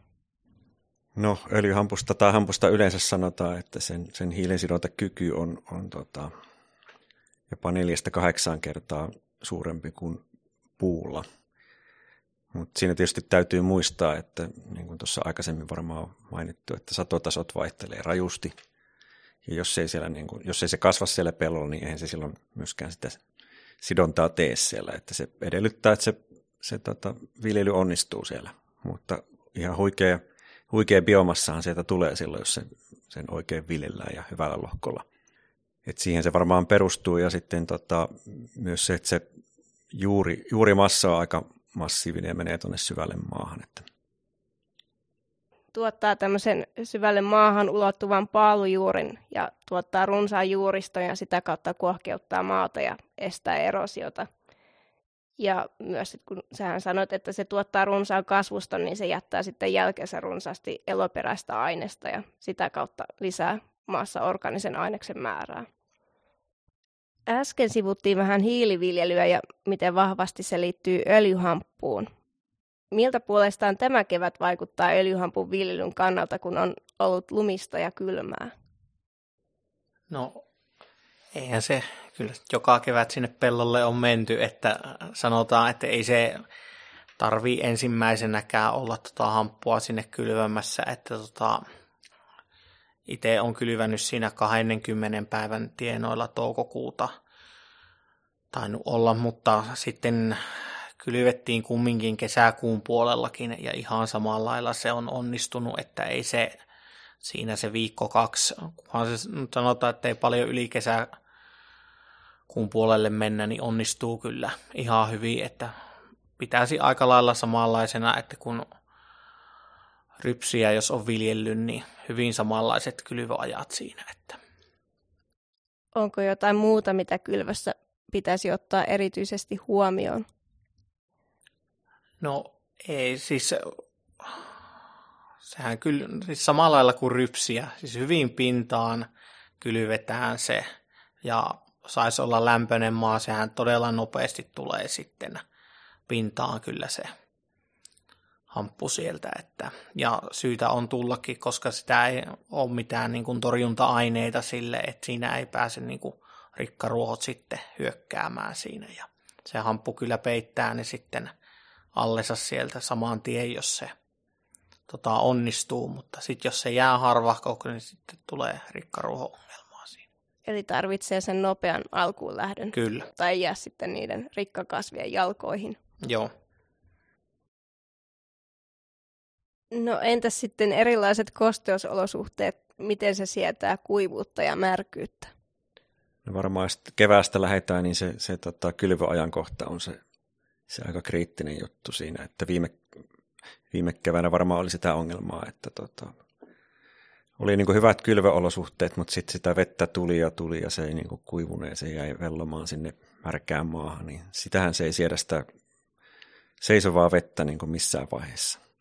No öljyhampusta tai hampusta yleensä sanotaan, että sen, sen hiilensidontakyky on, on tota, jopa neljästä kahdeksaan kertaa suurempi kuin puulla. Mutta siinä tietysti täytyy muistaa, että niin kuin tuossa aikaisemmin varmaan on mainittu, että satotasot vaihtelee rajusti. Ja jos ei, siellä, niin kuin, jos ei se kasva siellä pellolla, niin eihän se silloin myöskään sitä sidontaa tee siellä. Että se edellyttää, että se, se tota, viljely onnistuu siellä. Mutta ihan huikea, huikea biomassahan sieltä tulee silloin, jos se, sen oikein viljellään ja hyvällä lohkolla. Et siihen se varmaan perustuu ja sitten tota, myös se, että se juuri, juurimassa on aika massiivinen ja menee tuonne syvälle maahan. Että. Tuottaa tämmöisen syvälle maahan ulottuvan paalujuurin ja tuottaa runsaan juuriston ja sitä kautta kuohkeuttaa maata ja estää erosiota. Ja myös kun sähän sanoit, että se tuottaa runsaan kasvuston, niin se jättää sitten jälkeensä runsaasti eloperäistä aineesta ja sitä kautta lisää maassa orgaanisen aineksen määrää. Äsken sivuttiin vähän hiiliviljelyä ja miten vahvasti se liittyy öljyhamppuun. Miltä puolestaan tämä kevät vaikuttaa öljyhampun viljelyn kannalta, kun on ollut lumista ja kylmää? No eihän se kyllä joka kevät sinne pellolle on menty, että sanotaan, että ei se tarvii ensimmäisenäkään olla tota hamppua sinne kylvämässä, että tota, itse on kylvänyt siinä kaksikymmentä päivän tienoilla toukokuuta tainnut olla, mutta sitten kylvettiin kumminkin kesäkuun puolellakin ja ihan samalla lailla se on onnistunut, että ei se siinä se viikko kaksi, kunhan se sanotaan, että ei paljon yli kesäkuun puolelle mennä, niin onnistuu kyllä ihan hyvin, että pitäisi aika lailla samanlaisena, että kun rypsiä, jos on viljellyt, niin hyvin samanlaiset kylvöajat siinä. Että. Onko jotain muuta, mitä kylvössä pitäisi ottaa erityisesti huomioon? No ei, siis sehän kyllä siis samalla lailla kuin rypsiä, siis hyvin pintaan kylvetään se ja saisi olla lämpöinen maa, sehän todella nopeasti tulee sitten pintaan kyllä se hamppu sieltä, että, ja syytä on tullakin, koska sitä ei ole mitään niin kuin torjunta-aineita sille, että siinä ei pääse niin kuin rikkaruohot sitten hyökkäämään siinä, ja se hamppu kyllä peittää ne sitten allensa sieltä saman tien, jos se tota, onnistuu, mutta sitten jos se jää harvahkoksi, niin sitten tulee rikkaruoho-ongelmaa siinä. Eli tarvitsee sen nopean alkuun lähdön. Kyllä. Tai jää sitten niiden rikkakasvien jalkoihin. Joo. No entäs sitten erilaiset kosteusolosuhteet, miten se sietää kuivuutta ja märkyyttä? No varmaan sitten keväästä lähdetään, niin se, se tota, kylvöajankohta on se, se aika kriittinen juttu siinä, että viime, viime keväänä varmaan oli sitä ongelmaa, että tota, oli niin kuin hyvät kylvöolosuhteet, mutta sitten sitä vettä tuli ja tuli ja se ei niin kuin kuivunut ja se jäi vellomaan sinne märkään maahan, niin sitähän se ei siedä sitä seisovaa vettä niin kuin missään vaiheessa.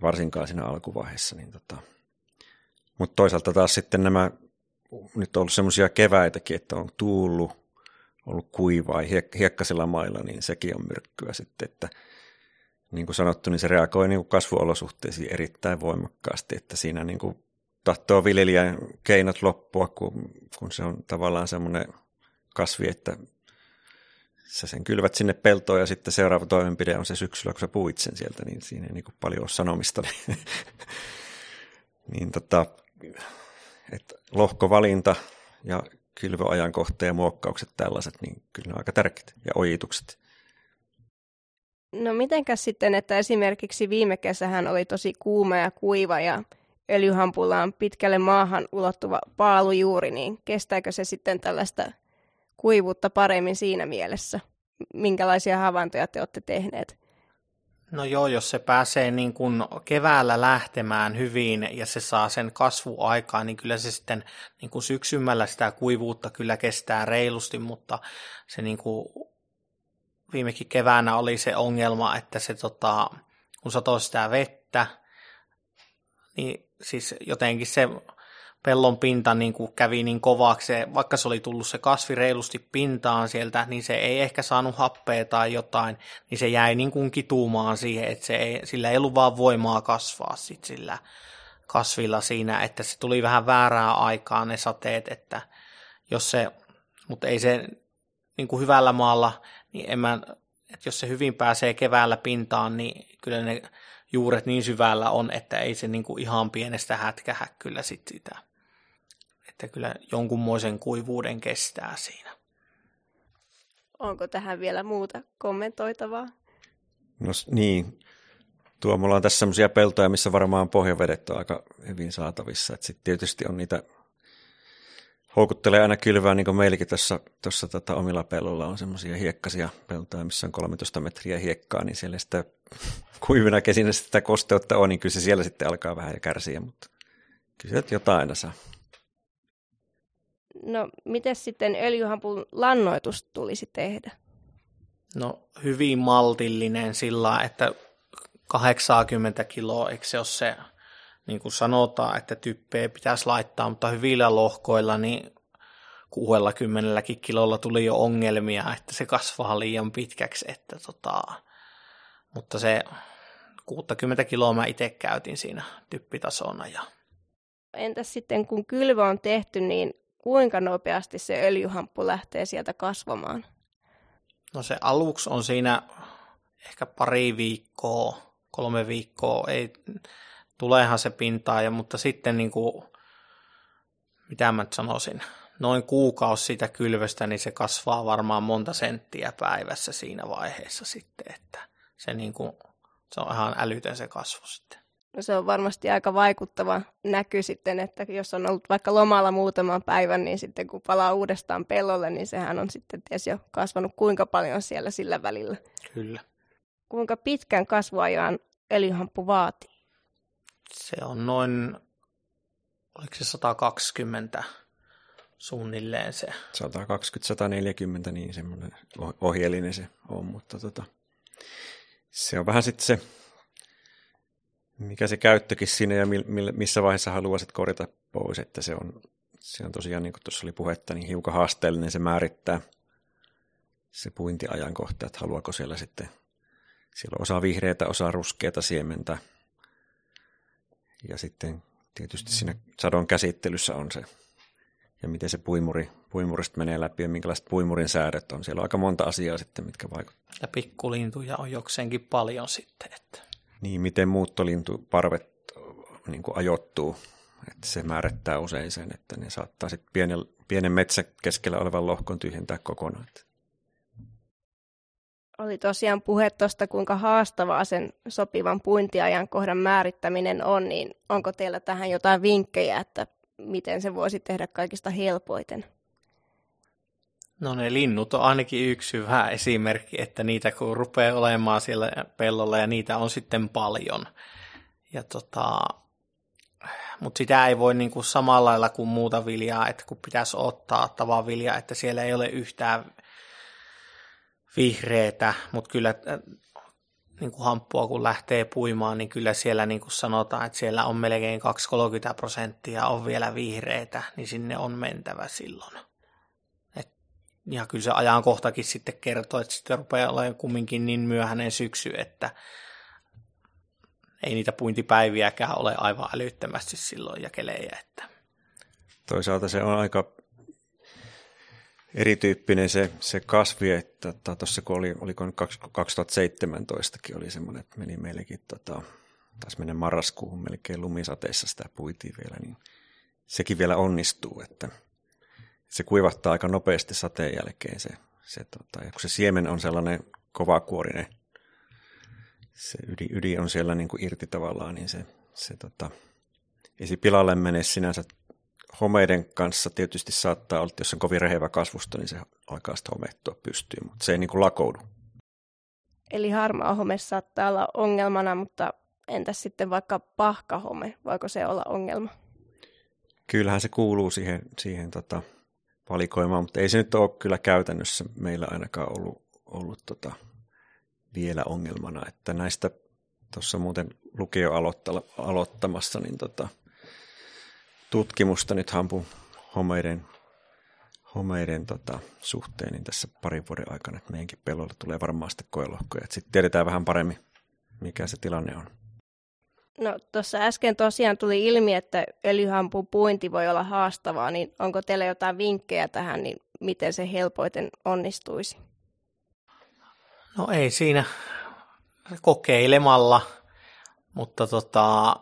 varsinkaan siinä alkuvaiheessa. Niin tota. Mutta toisaalta taas sitten nämä, nyt on ollut semmoisia keväitäkin, että on tuullut, ollut kuivaa ja hiek- hiekkasilla mailla, niin sekin on myrkkyä sitten, että niin kuin sanottu, niin se reagoi niin kuin kasvuolosuhteisiin erittäin voimakkaasti, että siinä niin kuin tahtoo viljelijän keinot loppua, kun, kun se on tavallaan semmoinen kasvi, että sä sen kylvät sinne peltoon ja sitten seuraava toimenpide on se syksyllä, kun sä puit sen sieltä, niin siinä ei niin kuin paljon ole sanomista. niin tota, että lohkovalinta ja kylvöajankohta ja muokkaukset tällaiset, niin kyllä ne on aika tärkeitä ja ojitukset. No mitenkäs sitten, että esimerkiksi viime kesähän oli tosi kuuma ja kuiva ja öljyhampulla on pitkälle maahan ulottuva paalujuuri, niin kestääkö se sitten tällaista kuivuutta paremmin siinä mielessä? Minkälaisia havaintoja te olette tehneet? No joo, jos se pääsee niin kuin keväällä lähtemään hyvin ja se saa sen kasvuaikaan, niin kyllä se sitten niin kuin syksymällä sitä kuivuutta kyllä kestää reilusti, mutta se niin kuin viimekin keväänä oli se ongelma, että se tota, kun satoi sitä vettä, niin siis jotenkin se pellon pinta niin kuin kävi niin kovaksi, vaikka se oli tullut se kasvi reilusti pintaan sieltä, niin se ei ehkä saanut happea tai jotain, niin se jäi niin kuin kituumaan siihen, että se ei, sillä ei ollut vaan voimaa kasvaa sit sillä kasvilla siinä, että se tuli vähän väärään aikaan ne sateet, että jos se, mutta ei se niin kuin hyvällä maalla, niin en mä, että jos se hyvin pääsee keväällä pintaan, niin kyllä ne juuret niin syvällä on, että ei se niin kuin ihan pienestä hätkähä kyllä sit sitä. Että kyllä jonkunmoisen kuivuuden kestää siinä. Onko tähän vielä muuta kommentoitavaa? No niin, tuo mulla on tässä semmoisia peltoja, missä varmaan pohjavedet on aika hyvin saatavissa. Sitten tietysti on niitä, houkuttelee aina kylvää, niin kuin meilläkin tuossa, tuossa tota, omilla pellolla on semmoisia hiekkaisia peltoja, missä on kolmetoista metriä hiekkaa, niin siellä sitä kuivina kesinä sitä kosteutta on, niin kyllä se siellä sitten alkaa vähän kärsiä, mutta kyllä se jotain aina saa. No, miten sitten öljyhampun lannoitus tulisi tehdä? No, hyvin maltillinen sillä, että kahdeksankymmentä kiloa, eikö se ole se, niin kuin sanotaan, että typpeä pitäisi laittaa, mutta hyvillä lohkoilla, niin kuudellakymmenelläkin kilolla tuli jo ongelmia, että se kasvaa liian pitkäksi, että tota, mutta se kuusikymmentä kiloa mä itse käytin siinä typpitasona. Ja... Entäs sitten kun kylvö on tehty, niin kuinka nopeasti se öljyhamppu lähtee sieltä kasvamaan? No se aluksi on siinä ehkä pari viikkoa, kolme viikkoa, ei, tuleehan se pintaa, ja, mutta sitten niin kuin, mitä mä nyt sanoisin, noin kuukausi siitä kylvöstä, niin se kasvaa varmaan monta senttiä päivässä siinä vaiheessa sitten, että se, niin kuin, se on ihan älytön se kasvu sitten. No se on varmasti aika vaikuttava näky sitten, että jos on ollut vaikka lomalla muutaman päivän, niin sitten kun palaa uudestaan pellolle, niin sehän on sitten ties jo kasvanut kuinka paljon siellä sillä välillä. Kyllä. Kuinka pitkän kasvuajan öljyhamppu vaatii? Se on noin, oliko se sata kaksikymmentä suunnilleen se? sata kaksikymmentä sata neljäkymmentä, niin semmoinen ohjeellinen se on, mutta tota, se on vähän sitten se, mikä se käyttökin siinä ja missä vaiheessa haluaisit korjata pois, että se on, se on tosiaan, niin kuin tuossa oli puhetta, niin hiukan haasteellinen se määrittää se puintiajankohta, että haluaako siellä sitten, siellä on osa vihreätä, osa ruskeata siementä ja sitten tietysti siinä sadon käsittelyssä on se, ja miten se puimuri, puimurista menee läpi ja minkälaiset puimurin säädöt on. Siellä on aika monta asiaa sitten, mitkä vaikuttavat. Ja pikkulintuja on jokseenkin paljon sitten, että niin, miten muuttolintuparvet niin kuin ajoittuu, että se määrittää usein sen, että ne saattaa sitten pienen, pienen metsän keskellä olevan lohkon tyhjentää kokonaan. Oli tosiaan puhe tuosta, kuinka haastavaa sen sopivan puintiajankohdan määrittäminen on, niin onko teillä tähän jotain vinkkejä, että miten se voisi tehdä kaikista helpoiten? No ne linnut on ainakin yksi hyvä esimerkki, että niitä kun rupeaa olemaan siellä pellolla ja niitä on sitten paljon. Ja tota, mutta sitä ei voi niinku samalla lailla kuin muuta viljaa, että kun pitäisi ottaa tavaa viljaa, että siellä ei ole yhtään vihreätä, mutta kyllä niin kuin hamppua kun lähtee puimaan, niin kyllä siellä niin kuin sanotaan, että siellä on melkein kaksikymmentä kolmekymmentä prosenttia on vielä vihreitä, niin sinne on mentävä silloin. Et, ja kyllä se ajankohtakin sitten kertoo, että sitten rupeaa olemaan kumminkin niin myöhäinen syksy, että ei niitä puintipäiviäkään ole aivan älyttömästi silloin ja kelejä. Että. Toisaalta se on aika erityyppinen se, se kasvi, että tuossa kun oli, oliko kaksituhattaseitsemäntoistakin oli semmoinen, että meni meillekin, tota, taisi mennä marraskuuhun melkein lumisateessa sitä puitiin vielä, niin sekin vielä onnistuu, että se kuivattaa aika nopeasti sateen jälkeen se, se tota, ja kun se siemen on sellainen kovakuorinen, se ydin, ydin on siellä niin kuin irti tavallaan, niin se, se tota, ei se pilalle mene sinänsä. Homeiden kanssa tietysti saattaa olla, että jos on kovin rehevä kasvusto, niin se alkaa sitten homehtua pystyyn, mutta se ei niin kuin lakoudu. Eli harmaa home saattaa olla ongelmana, mutta entäs sitten vaikka pahkahome, voiko se olla ongelma? Kyllähän se kuuluu siihen, siihen tota valikoimaan, mutta ei se nyt ole kyllä käytännössä meillä ainakaan ollut, ollut tota vielä ongelmana, että näistä tuossa muuten lukio aloittamassa, niin tota, tutkimusta nyt hampun homeiden, homeiden tota, suhteen niin tässä parin vuoden aikana, että meidänkin pelloilla tulee varmaan sitten koelohkoja, että sitten tiedetään vähän paremmin, mikä se tilanne on. No tuossa äsken tosiaan tuli ilmi, että öljyhampun puinti voi olla haastavaa, niin onko teillä jotain vinkkejä tähän, niin miten se helpoiten onnistuisi? No ei siinä kokeilemalla, mutta tota,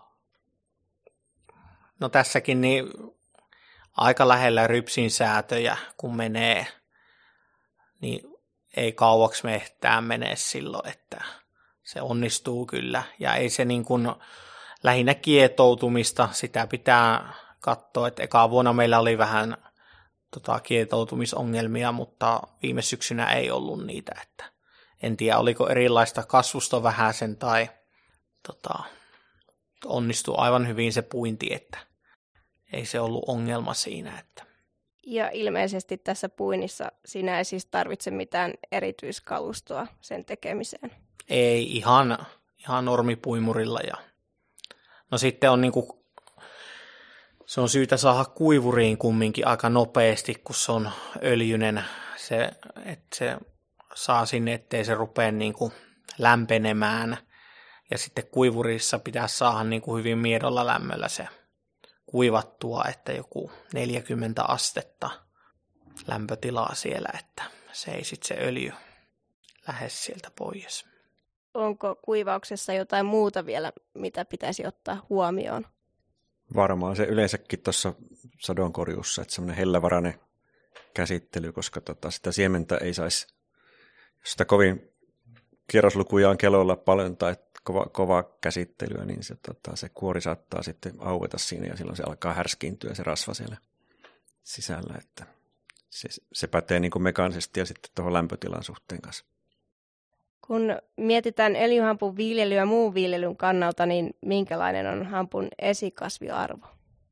no tässäkin niin aika lähellä rypsin säätöjä, kun menee, niin ei kauaksi mehtään mene silloin, että se onnistuu kyllä. Ja ei se niin kuin lähinnä kietoutumista, sitä pitää katsoa, että eka vuonna meillä oli vähän tota, kietoutumisongelmia, mutta viime syksynä ei ollut niitä, että en tiedä, oliko erilaista kasvusta vähäsen tai tota, onnistui aivan hyvin se puinti, että ei se ollut ongelma siinä. Että. Ja ilmeisesti tässä puinnissa sinä ei siis tarvitse mitään erityiskalustoa sen tekemiseen. Ei, ihan, ihan normipuimurilla. Ja. No sitten on niinku, se on syytä saada kuivuriin kumminkin aika nopeasti, kun se on öljyinen, se, että se saa sinne, ettei se rupea niinku lämpenemään. Ja sitten kuivurissa pitää saada niinku hyvin miedolla lämmöllä se kuivattua, että joku neljäkymmentä astetta lämpötilaa siellä, että se ei sitten se öljy lähde sieltä pois. Onko kuivauksessa jotain muuta vielä, mitä pitäisi ottaa huomioon? Varmaan se yleensäkin tuossa sadonkorjuussa, että semmoinen hellävarainen käsittely, koska tota, sitä siementä ei saisi, jos sitä kovin kierroslukuja on keloilla paljon tai kova, kova käsittelyä, niin se, tota, se kuori saattaa sitten aueta siinä ja silloin se alkaa härskiintyä se rasva siellä sisällä, että se, se pätee niin kuin mekaanisesti ja sitten tuohon lämpötilan suhteen kanssa. Kun mietitään öljyhampun viljelyä muun viljelyn kannalta, niin minkälainen on hampun esikasviarvo?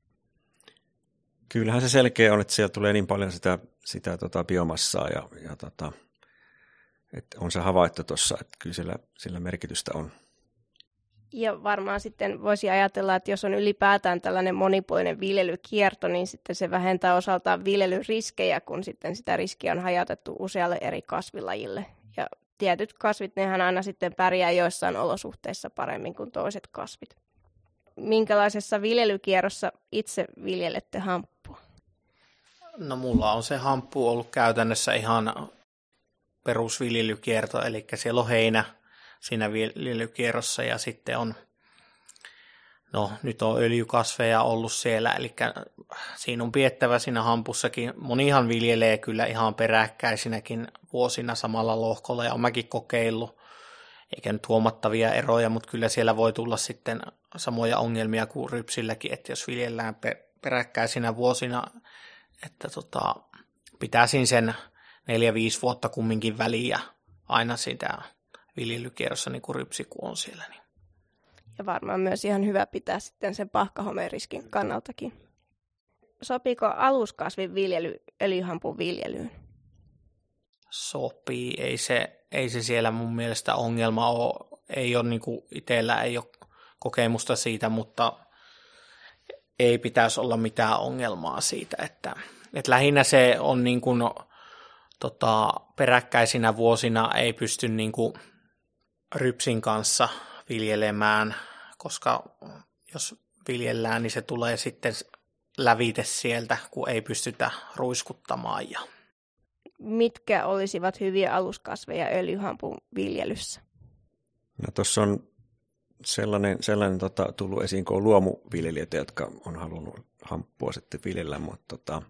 Kyllähän se selkeä on, että siellä tulee niin paljon sitä, sitä tota biomassaa ja, ja tota, että on se havaittu tuossa, että kyllä sillä, sillä merkitystä on. Ja varmaan sitten voisi ajatella, että jos on ylipäätään tällainen monipuolinen viljelykierto, niin sitten se vähentää osaltaan viljelyriskejä, kun sitten sitä riskiä on hajautettu usealle eri kasvilajille. Ja tietyt kasvit, nehän aina sitten pärjää joissain olosuhteissa paremmin kuin toiset kasvit. Minkälaisessa viljelykierrossa itse viljelette hamppua? No mulla on se hamppu ollut käytännössä ihan perusviljelykierto, eli siellä on heinä siinä viljelykierrossa ja sitten on, no nyt on öljykasveja ollut siellä, eli siinä on piettävä siinä hampussakin. Monihan viljelee kyllä ihan peräkkäisinäkin vuosina samalla lohkolla ja olen mäkin kokeillut, eikä nyt huomattavia eroja, mutta kyllä siellä voi tulla sitten samoja ongelmia kuin rypsilläkin, että jos viljellään peräkkäisinä vuosina, että tota, pitäisin sen neljä viisi vuotta kumminkin väliä aina sitä viljelykierrossa niin kuin rypsi kun on siellä. Niin. Ja varmaan myös ihan hyvä pitää sitten sen pahkahomeen riskin kannaltakin. Sopiiko aluskasvin viljely öljyhampun viljelyyn? Sopii. Ei se, ei se siellä mun mielestä ongelma ole. ei ole niin kuin, itsellä ei ole kokemusta siitä, mutta ei pitäisi olla mitään ongelmaa siitä, että, että lähinnä se on niin kuin, tota, peräkkäisinä vuosina ei pysty niin kuin, rypsin kanssa viljelemään, koska jos viljellään, niin se tulee sitten lävite sieltä, kun ei pystytä ruiskuttamaan. Ja mitkä olisivat hyviä aluskasveja öljyhampun viljelyssä? No tuossa on sellainen, sellainen tota, tullut esiin, kun on luomuviljelijöitä, jotka on halunnut hamppua sitten viljellä, mutta tota,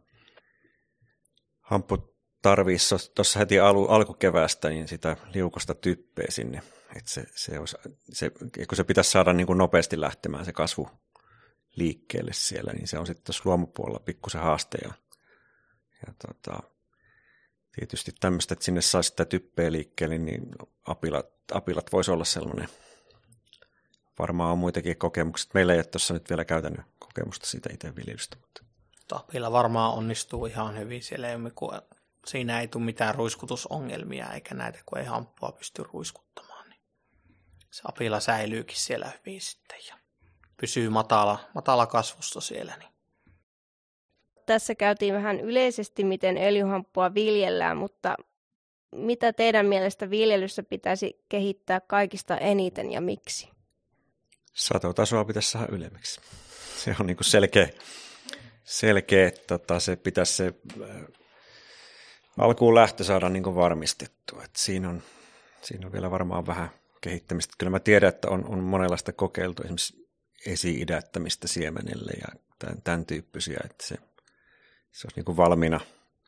hamppu tarvitsisi tuossa heti alu, alkukeväästä niin sitä liukosta typpeä sinne, että se, se, olisi, se, kun se pitäisi saada niin kuin nopeasti lähtemään se kasvu liikkeelle siellä, niin se on sitten tuossa luomupuolella pikkusen haaste. Ja, ja tota, tietysti tämmöistä, että sinne saa sitä typpeä liikkeelle, niin apilat, apilat voisi olla sellainen. Varmaan on muitakin kokemuksia. Meillä ei ole tuossa nyt vielä käytännön kokemusta siitä itse viljelystä. Mutta apila varmaan onnistuu ihan hyvin. Siellä ei ole, kun siinä ei tule mitään ruiskutusongelmia, eikä näitä, kun ei hamppua pysty ruiskuttamaan. Niin se apila säilyykin siellä hyvin sitten ja pysyy matala, matala kasvusto siellä. Niin. Tässä käytiin vähän yleisesti, miten öljyhamppua viljellään, mutta mitä teidän mielestä viljelyssä pitäisi kehittää kaikista eniten ja miksi? Satotasoa pitäisi saada ylemmiksi. Se on niin kuin selkeä, selkeä että tota, se pitäisi se äh, alkuun lähtö saada niin kuin varmistettua. Et siinä, on, siinä on vielä varmaan vähän kehittämistä. Kyllä mä tiedän, että on, on monenlaista kokeiltu esimerkiksi esi-idättämistä siemenelle ja tämän, tämän tyyppisiä, että se, se olisi niin kuin valmiina.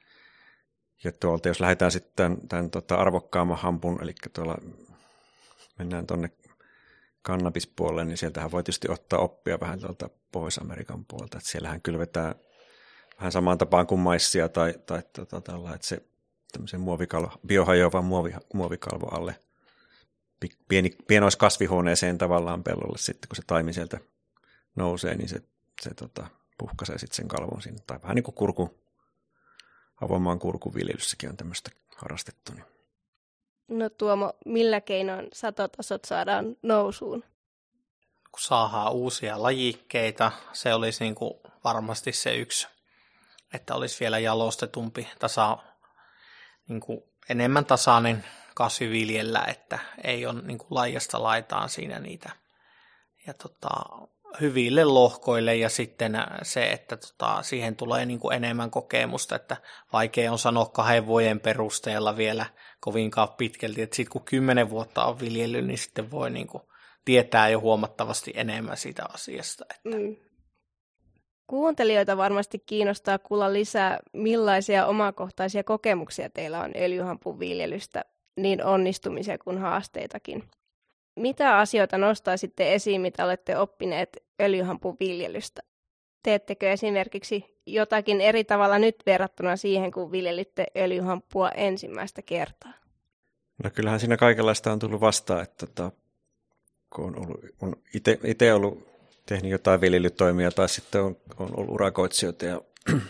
Ja tuolta, jos lähdetään sitten tämän, tämän tota arvokkaamman hampun, eli tuolla mennään tuonne kannabispuolelle, niin sieltähän voi tietysti ottaa oppia vähän tuolta Pohjois-Amerikan puolelta, että siellähän kylvetään vähän samaan tapaan kuin maissia tai, tai tota, tällä, että se tämmöisen muovikalvo, biohajoavan muovi, muovikalvo alle pieni, pienoiskasvihuoneeseen tavallaan pellolle sitten, kun se taimi sieltä nousee, niin se, se tota, puhkaisee sitten sen kalvon sinne. Tai vähän niin kuin kurku, avomaan kurkuviljelyssäkin on tämmöistä harrastettu. Niin. No Tuomo, millä keinoin satotasot saadaan nousuun? Kun saadaan uusia lajikkeita, se olisi niin kuin varmasti se yksi, että olisi vielä jalostetumpi, tasa, niin kuin enemmän tasainen kasvi viljellä, että ei ole niin kuin laijasta laitaan siinä niitä. Ja tota, hyville lohkoille ja sitten se, että tota, siihen tulee niin kuin enemmän kokemusta, että vaikea on sanoa kahden vuoden perusteella vielä kovinkaan pitkälti, että sitten kun kymmenen vuotta on viljellyt, niin sitten voi niin kuin tietää jo huomattavasti enemmän siitä asiasta. Että. Mm. Kuuntelijoita varmasti kiinnostaa kuulla lisää, millaisia omakohtaisia kokemuksia teillä on öljyhampun viljelystä, niin onnistumisia kuin haasteitakin. Mitä asioita nostaisitte esiin, mitä olette oppineet öljyhampun viljelystä? Teettekö esimerkiksi jotakin eri tavalla nyt verrattuna siihen, kun viljelitte öljyhamppua ensimmäistä kertaa? No kyllähän siinä kaikenlaista on tullut vastaan, että tota, kun on, ollut, on ite, ite ollut tehnyt jotain viljelytoimia tai sitten on, on ollut urakoitsijoita ja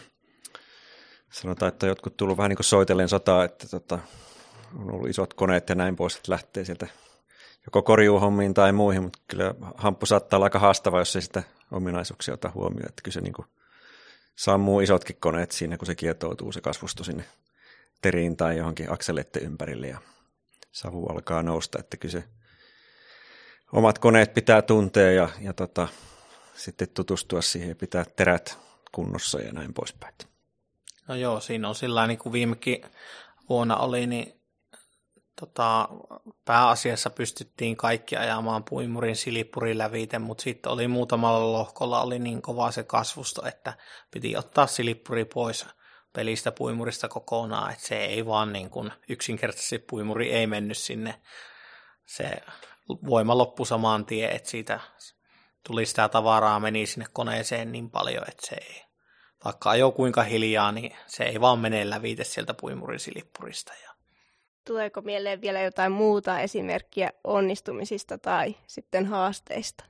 sanotaan, että jotkut tullut vähän niin kuin soitellen sotaa, että tota, on ollut isot koneet ja näin pois, että lähtee sieltä joko korjuuhommiin tai muihin, mutta kyllä hamppu saattaa olla aika haastava, jos ei sitä ominaisuuksia ota huomioon, että kyllä se niin kuin sammuu isotkin koneet siinä, kun se kietoutuu se kasvusto sinne teriin tai johonkin akseleiden ympärille ja savu alkaa nousta, että kyllä se omat koneet pitää tuntea ja, ja tota, sitten tutustua siihen ja pitää terät kunnossa ja näin poispäin. No joo, siinä on sillä niin kuin viimekin vuonna oli, niin tota, pääasiassa pystyttiin kaikki ajamaan puimurin silipurin lävite, mutta sitten oli muutamalla lohkolla oli niin kova se kasvusto, että piti ottaa silipuri pois pelistä puimurista kokonaan, että se ei vaan niin kuin yksinkertaisesti puimuri ei mennyt sinne. Se voima loppui saman tien, että siitä tuli sitä tavaraa, meni sinne koneeseen niin paljon, että se ei, vaikka ajo kuinka hiljaa, niin se ei vaan mene lävite sieltä puimurin silippurista. Tuleeko mieleen vielä jotain muuta esimerkkiä onnistumisista tai sitten haasteista?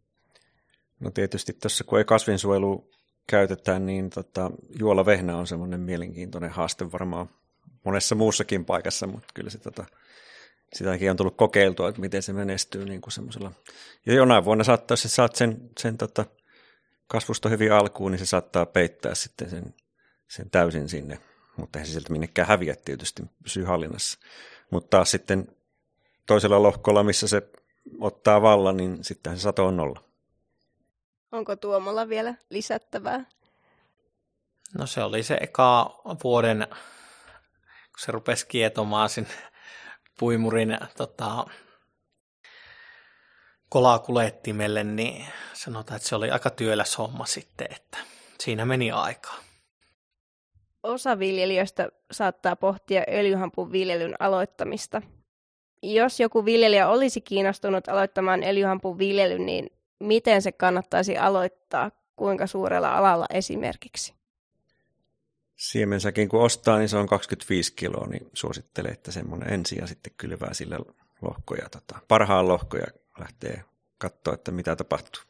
No tietysti tuossa, kun ei kasvinsuojelua käytetään, niin tota, juolavehnä on semmoinen mielenkiintoinen haaste varmaan monessa muussakin paikassa, mutta kyllä se tota, sitäkin on tullut kokeiltua, että miten se menestyy niin kuin semmoisella. Ja jonain vuonna saattaa, jos saat sen, sen tota, kasvusta hyvin alkuun, niin se saattaa peittää sitten sen, sen täysin sinne. Mutta eihän se sieltä minnekään häviä tietysti, pysyy hallinnassa. Mutta taas sitten toisella lohkolla, missä se ottaa vallan, niin sittenhän se sato on nolla. Onko Tuomolla vielä lisättävää? No se oli se eka vuoden, kun se rupesi kietomaan sinne puimurin tota, kolakuljettimelle, niin sanotaan, että se oli aika työläs homma sitten, että siinä meni aikaa. Osa viljelijöistä saattaa pohtia öljyhampun viljelyn aloittamista. Jos joku viljelijä olisi kiinnostunut aloittamaan öljyhampun viljelyn, niin miten se kannattaisi aloittaa, kuinka suurella alalla esimerkiksi? Siemensäkin kun ostaa, niin se on kaksikymmentäviisi kiloa, niin suosittelen, että semmoinen ensin ja sitten kylvää sillä lohkoja. Tota, parhaan lohkoja lähtee katsoa, että mitä tapahtuu.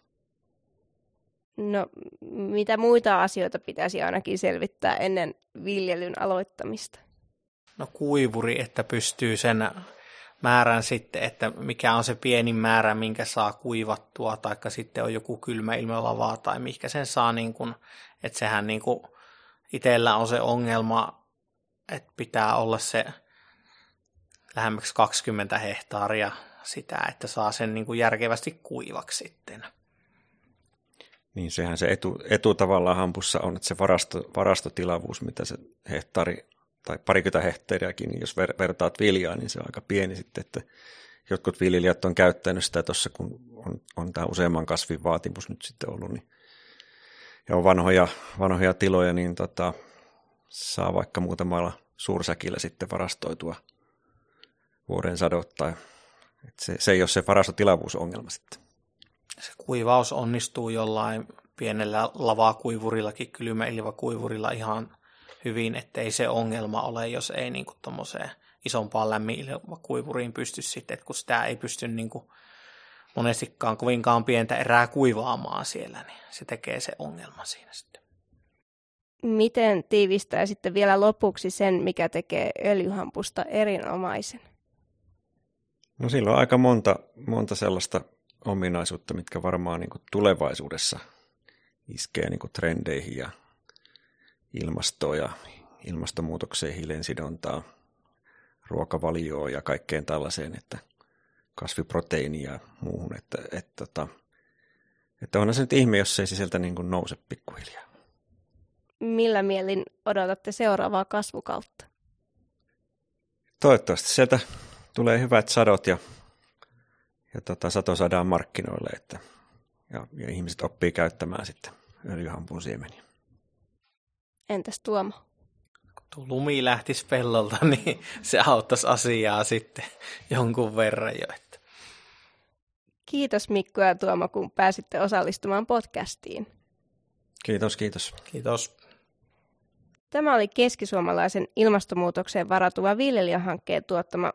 No, mitä muita asioita pitäisi ainakin selvittää ennen viljelyn aloittamista? No kuivuri, että pystyy sen määrän sitten, että mikä on se pienin määrä, minkä saa kuivattua, taikka sitten on joku kylmä ilmalavaa tai mikä sen saa, niin kuin, että sehän niin kuin itsellä on se ongelma, että pitää olla se lähemmäksi kaksikymmentä hehtaaria sitä, että saa sen niin kuin järkevästi kuivaksi sitten. Niin sehän se etu, etu tavallaan hampussa on, että se varasto, varastotilavuus, mitä se hehtaari tai parikymmentä hehtaariakin, niin jos ver, vertaat viljaa, niin se on aika pieni sitten, että jotkut viljelijät on käyttänyt sitä tuossa, kun on, on tämä useamman kasvin vaatimus nyt sitten ollut, niin, ja on vanhoja, vanhoja tiloja, niin tota, saa vaikka muutamalla suursäkillä sitten varastoitua vuoden sadottain. Että se, se ei ole se varastotilavuusongelma sitten. Se kuivaus onnistuu jollain pienellä lavakuivurillakin, kylmäilmakuivurilla ihan hyvin, ettei se ongelma ole, jos ei niin kuin tommoseen isompaan lämminilmakuivuriin pysty sitten, että kun sitä ei pysty niin kuin monestikaan kovinkaan pientä erää kuivaamaan siellä, niin se tekee se ongelma siinä sitten. Miten tiivistää sitten vielä lopuksi sen, mikä tekee öljyhampusta erinomaisen? No sillä on aika monta, monta sellaista ominaisuutta, mitkä varmaan niin kuin tulevaisuudessa iskee niin kuin trendeihin ja ilmastoon ja ilmastonmuutokseen, hiilensidontaan, ruokavalioon ja kaikkeen tällaiseen, että kasviproteiinia ja muuhun. Että, että, että, että onhan se nyt ihme, jos se ei sieltä niin kuin nouse pikkuhiljaa. Millä mielin odotatte seuraavaa kasvukautta? Toivottavasti sieltä tulee hyvät sadot ja, ja tota, sato saadaan markkinoille, että, ja, ja ihmiset oppii käyttämään sitten öljyhampun siemeniä. Entäs Tuomo? Kun lumi lähtisi pellolta, niin se auttaisi asiaa sitten jonkun verran jo. Että. Kiitos Mikko ja Tuomo, kun pääsitte osallistumaan podcastiin. Kiitos, kiitos. Kiitos. Tämä oli keskisuomalaisen ilmastonmuutokseen varautuva viljelijähankkeen tuottama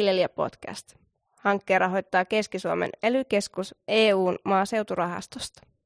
Ilmastoviljelijä-podcast. Hankkeen rahoittaa Keski-Suomen ely-keskus E U:n maaseuturahastosta.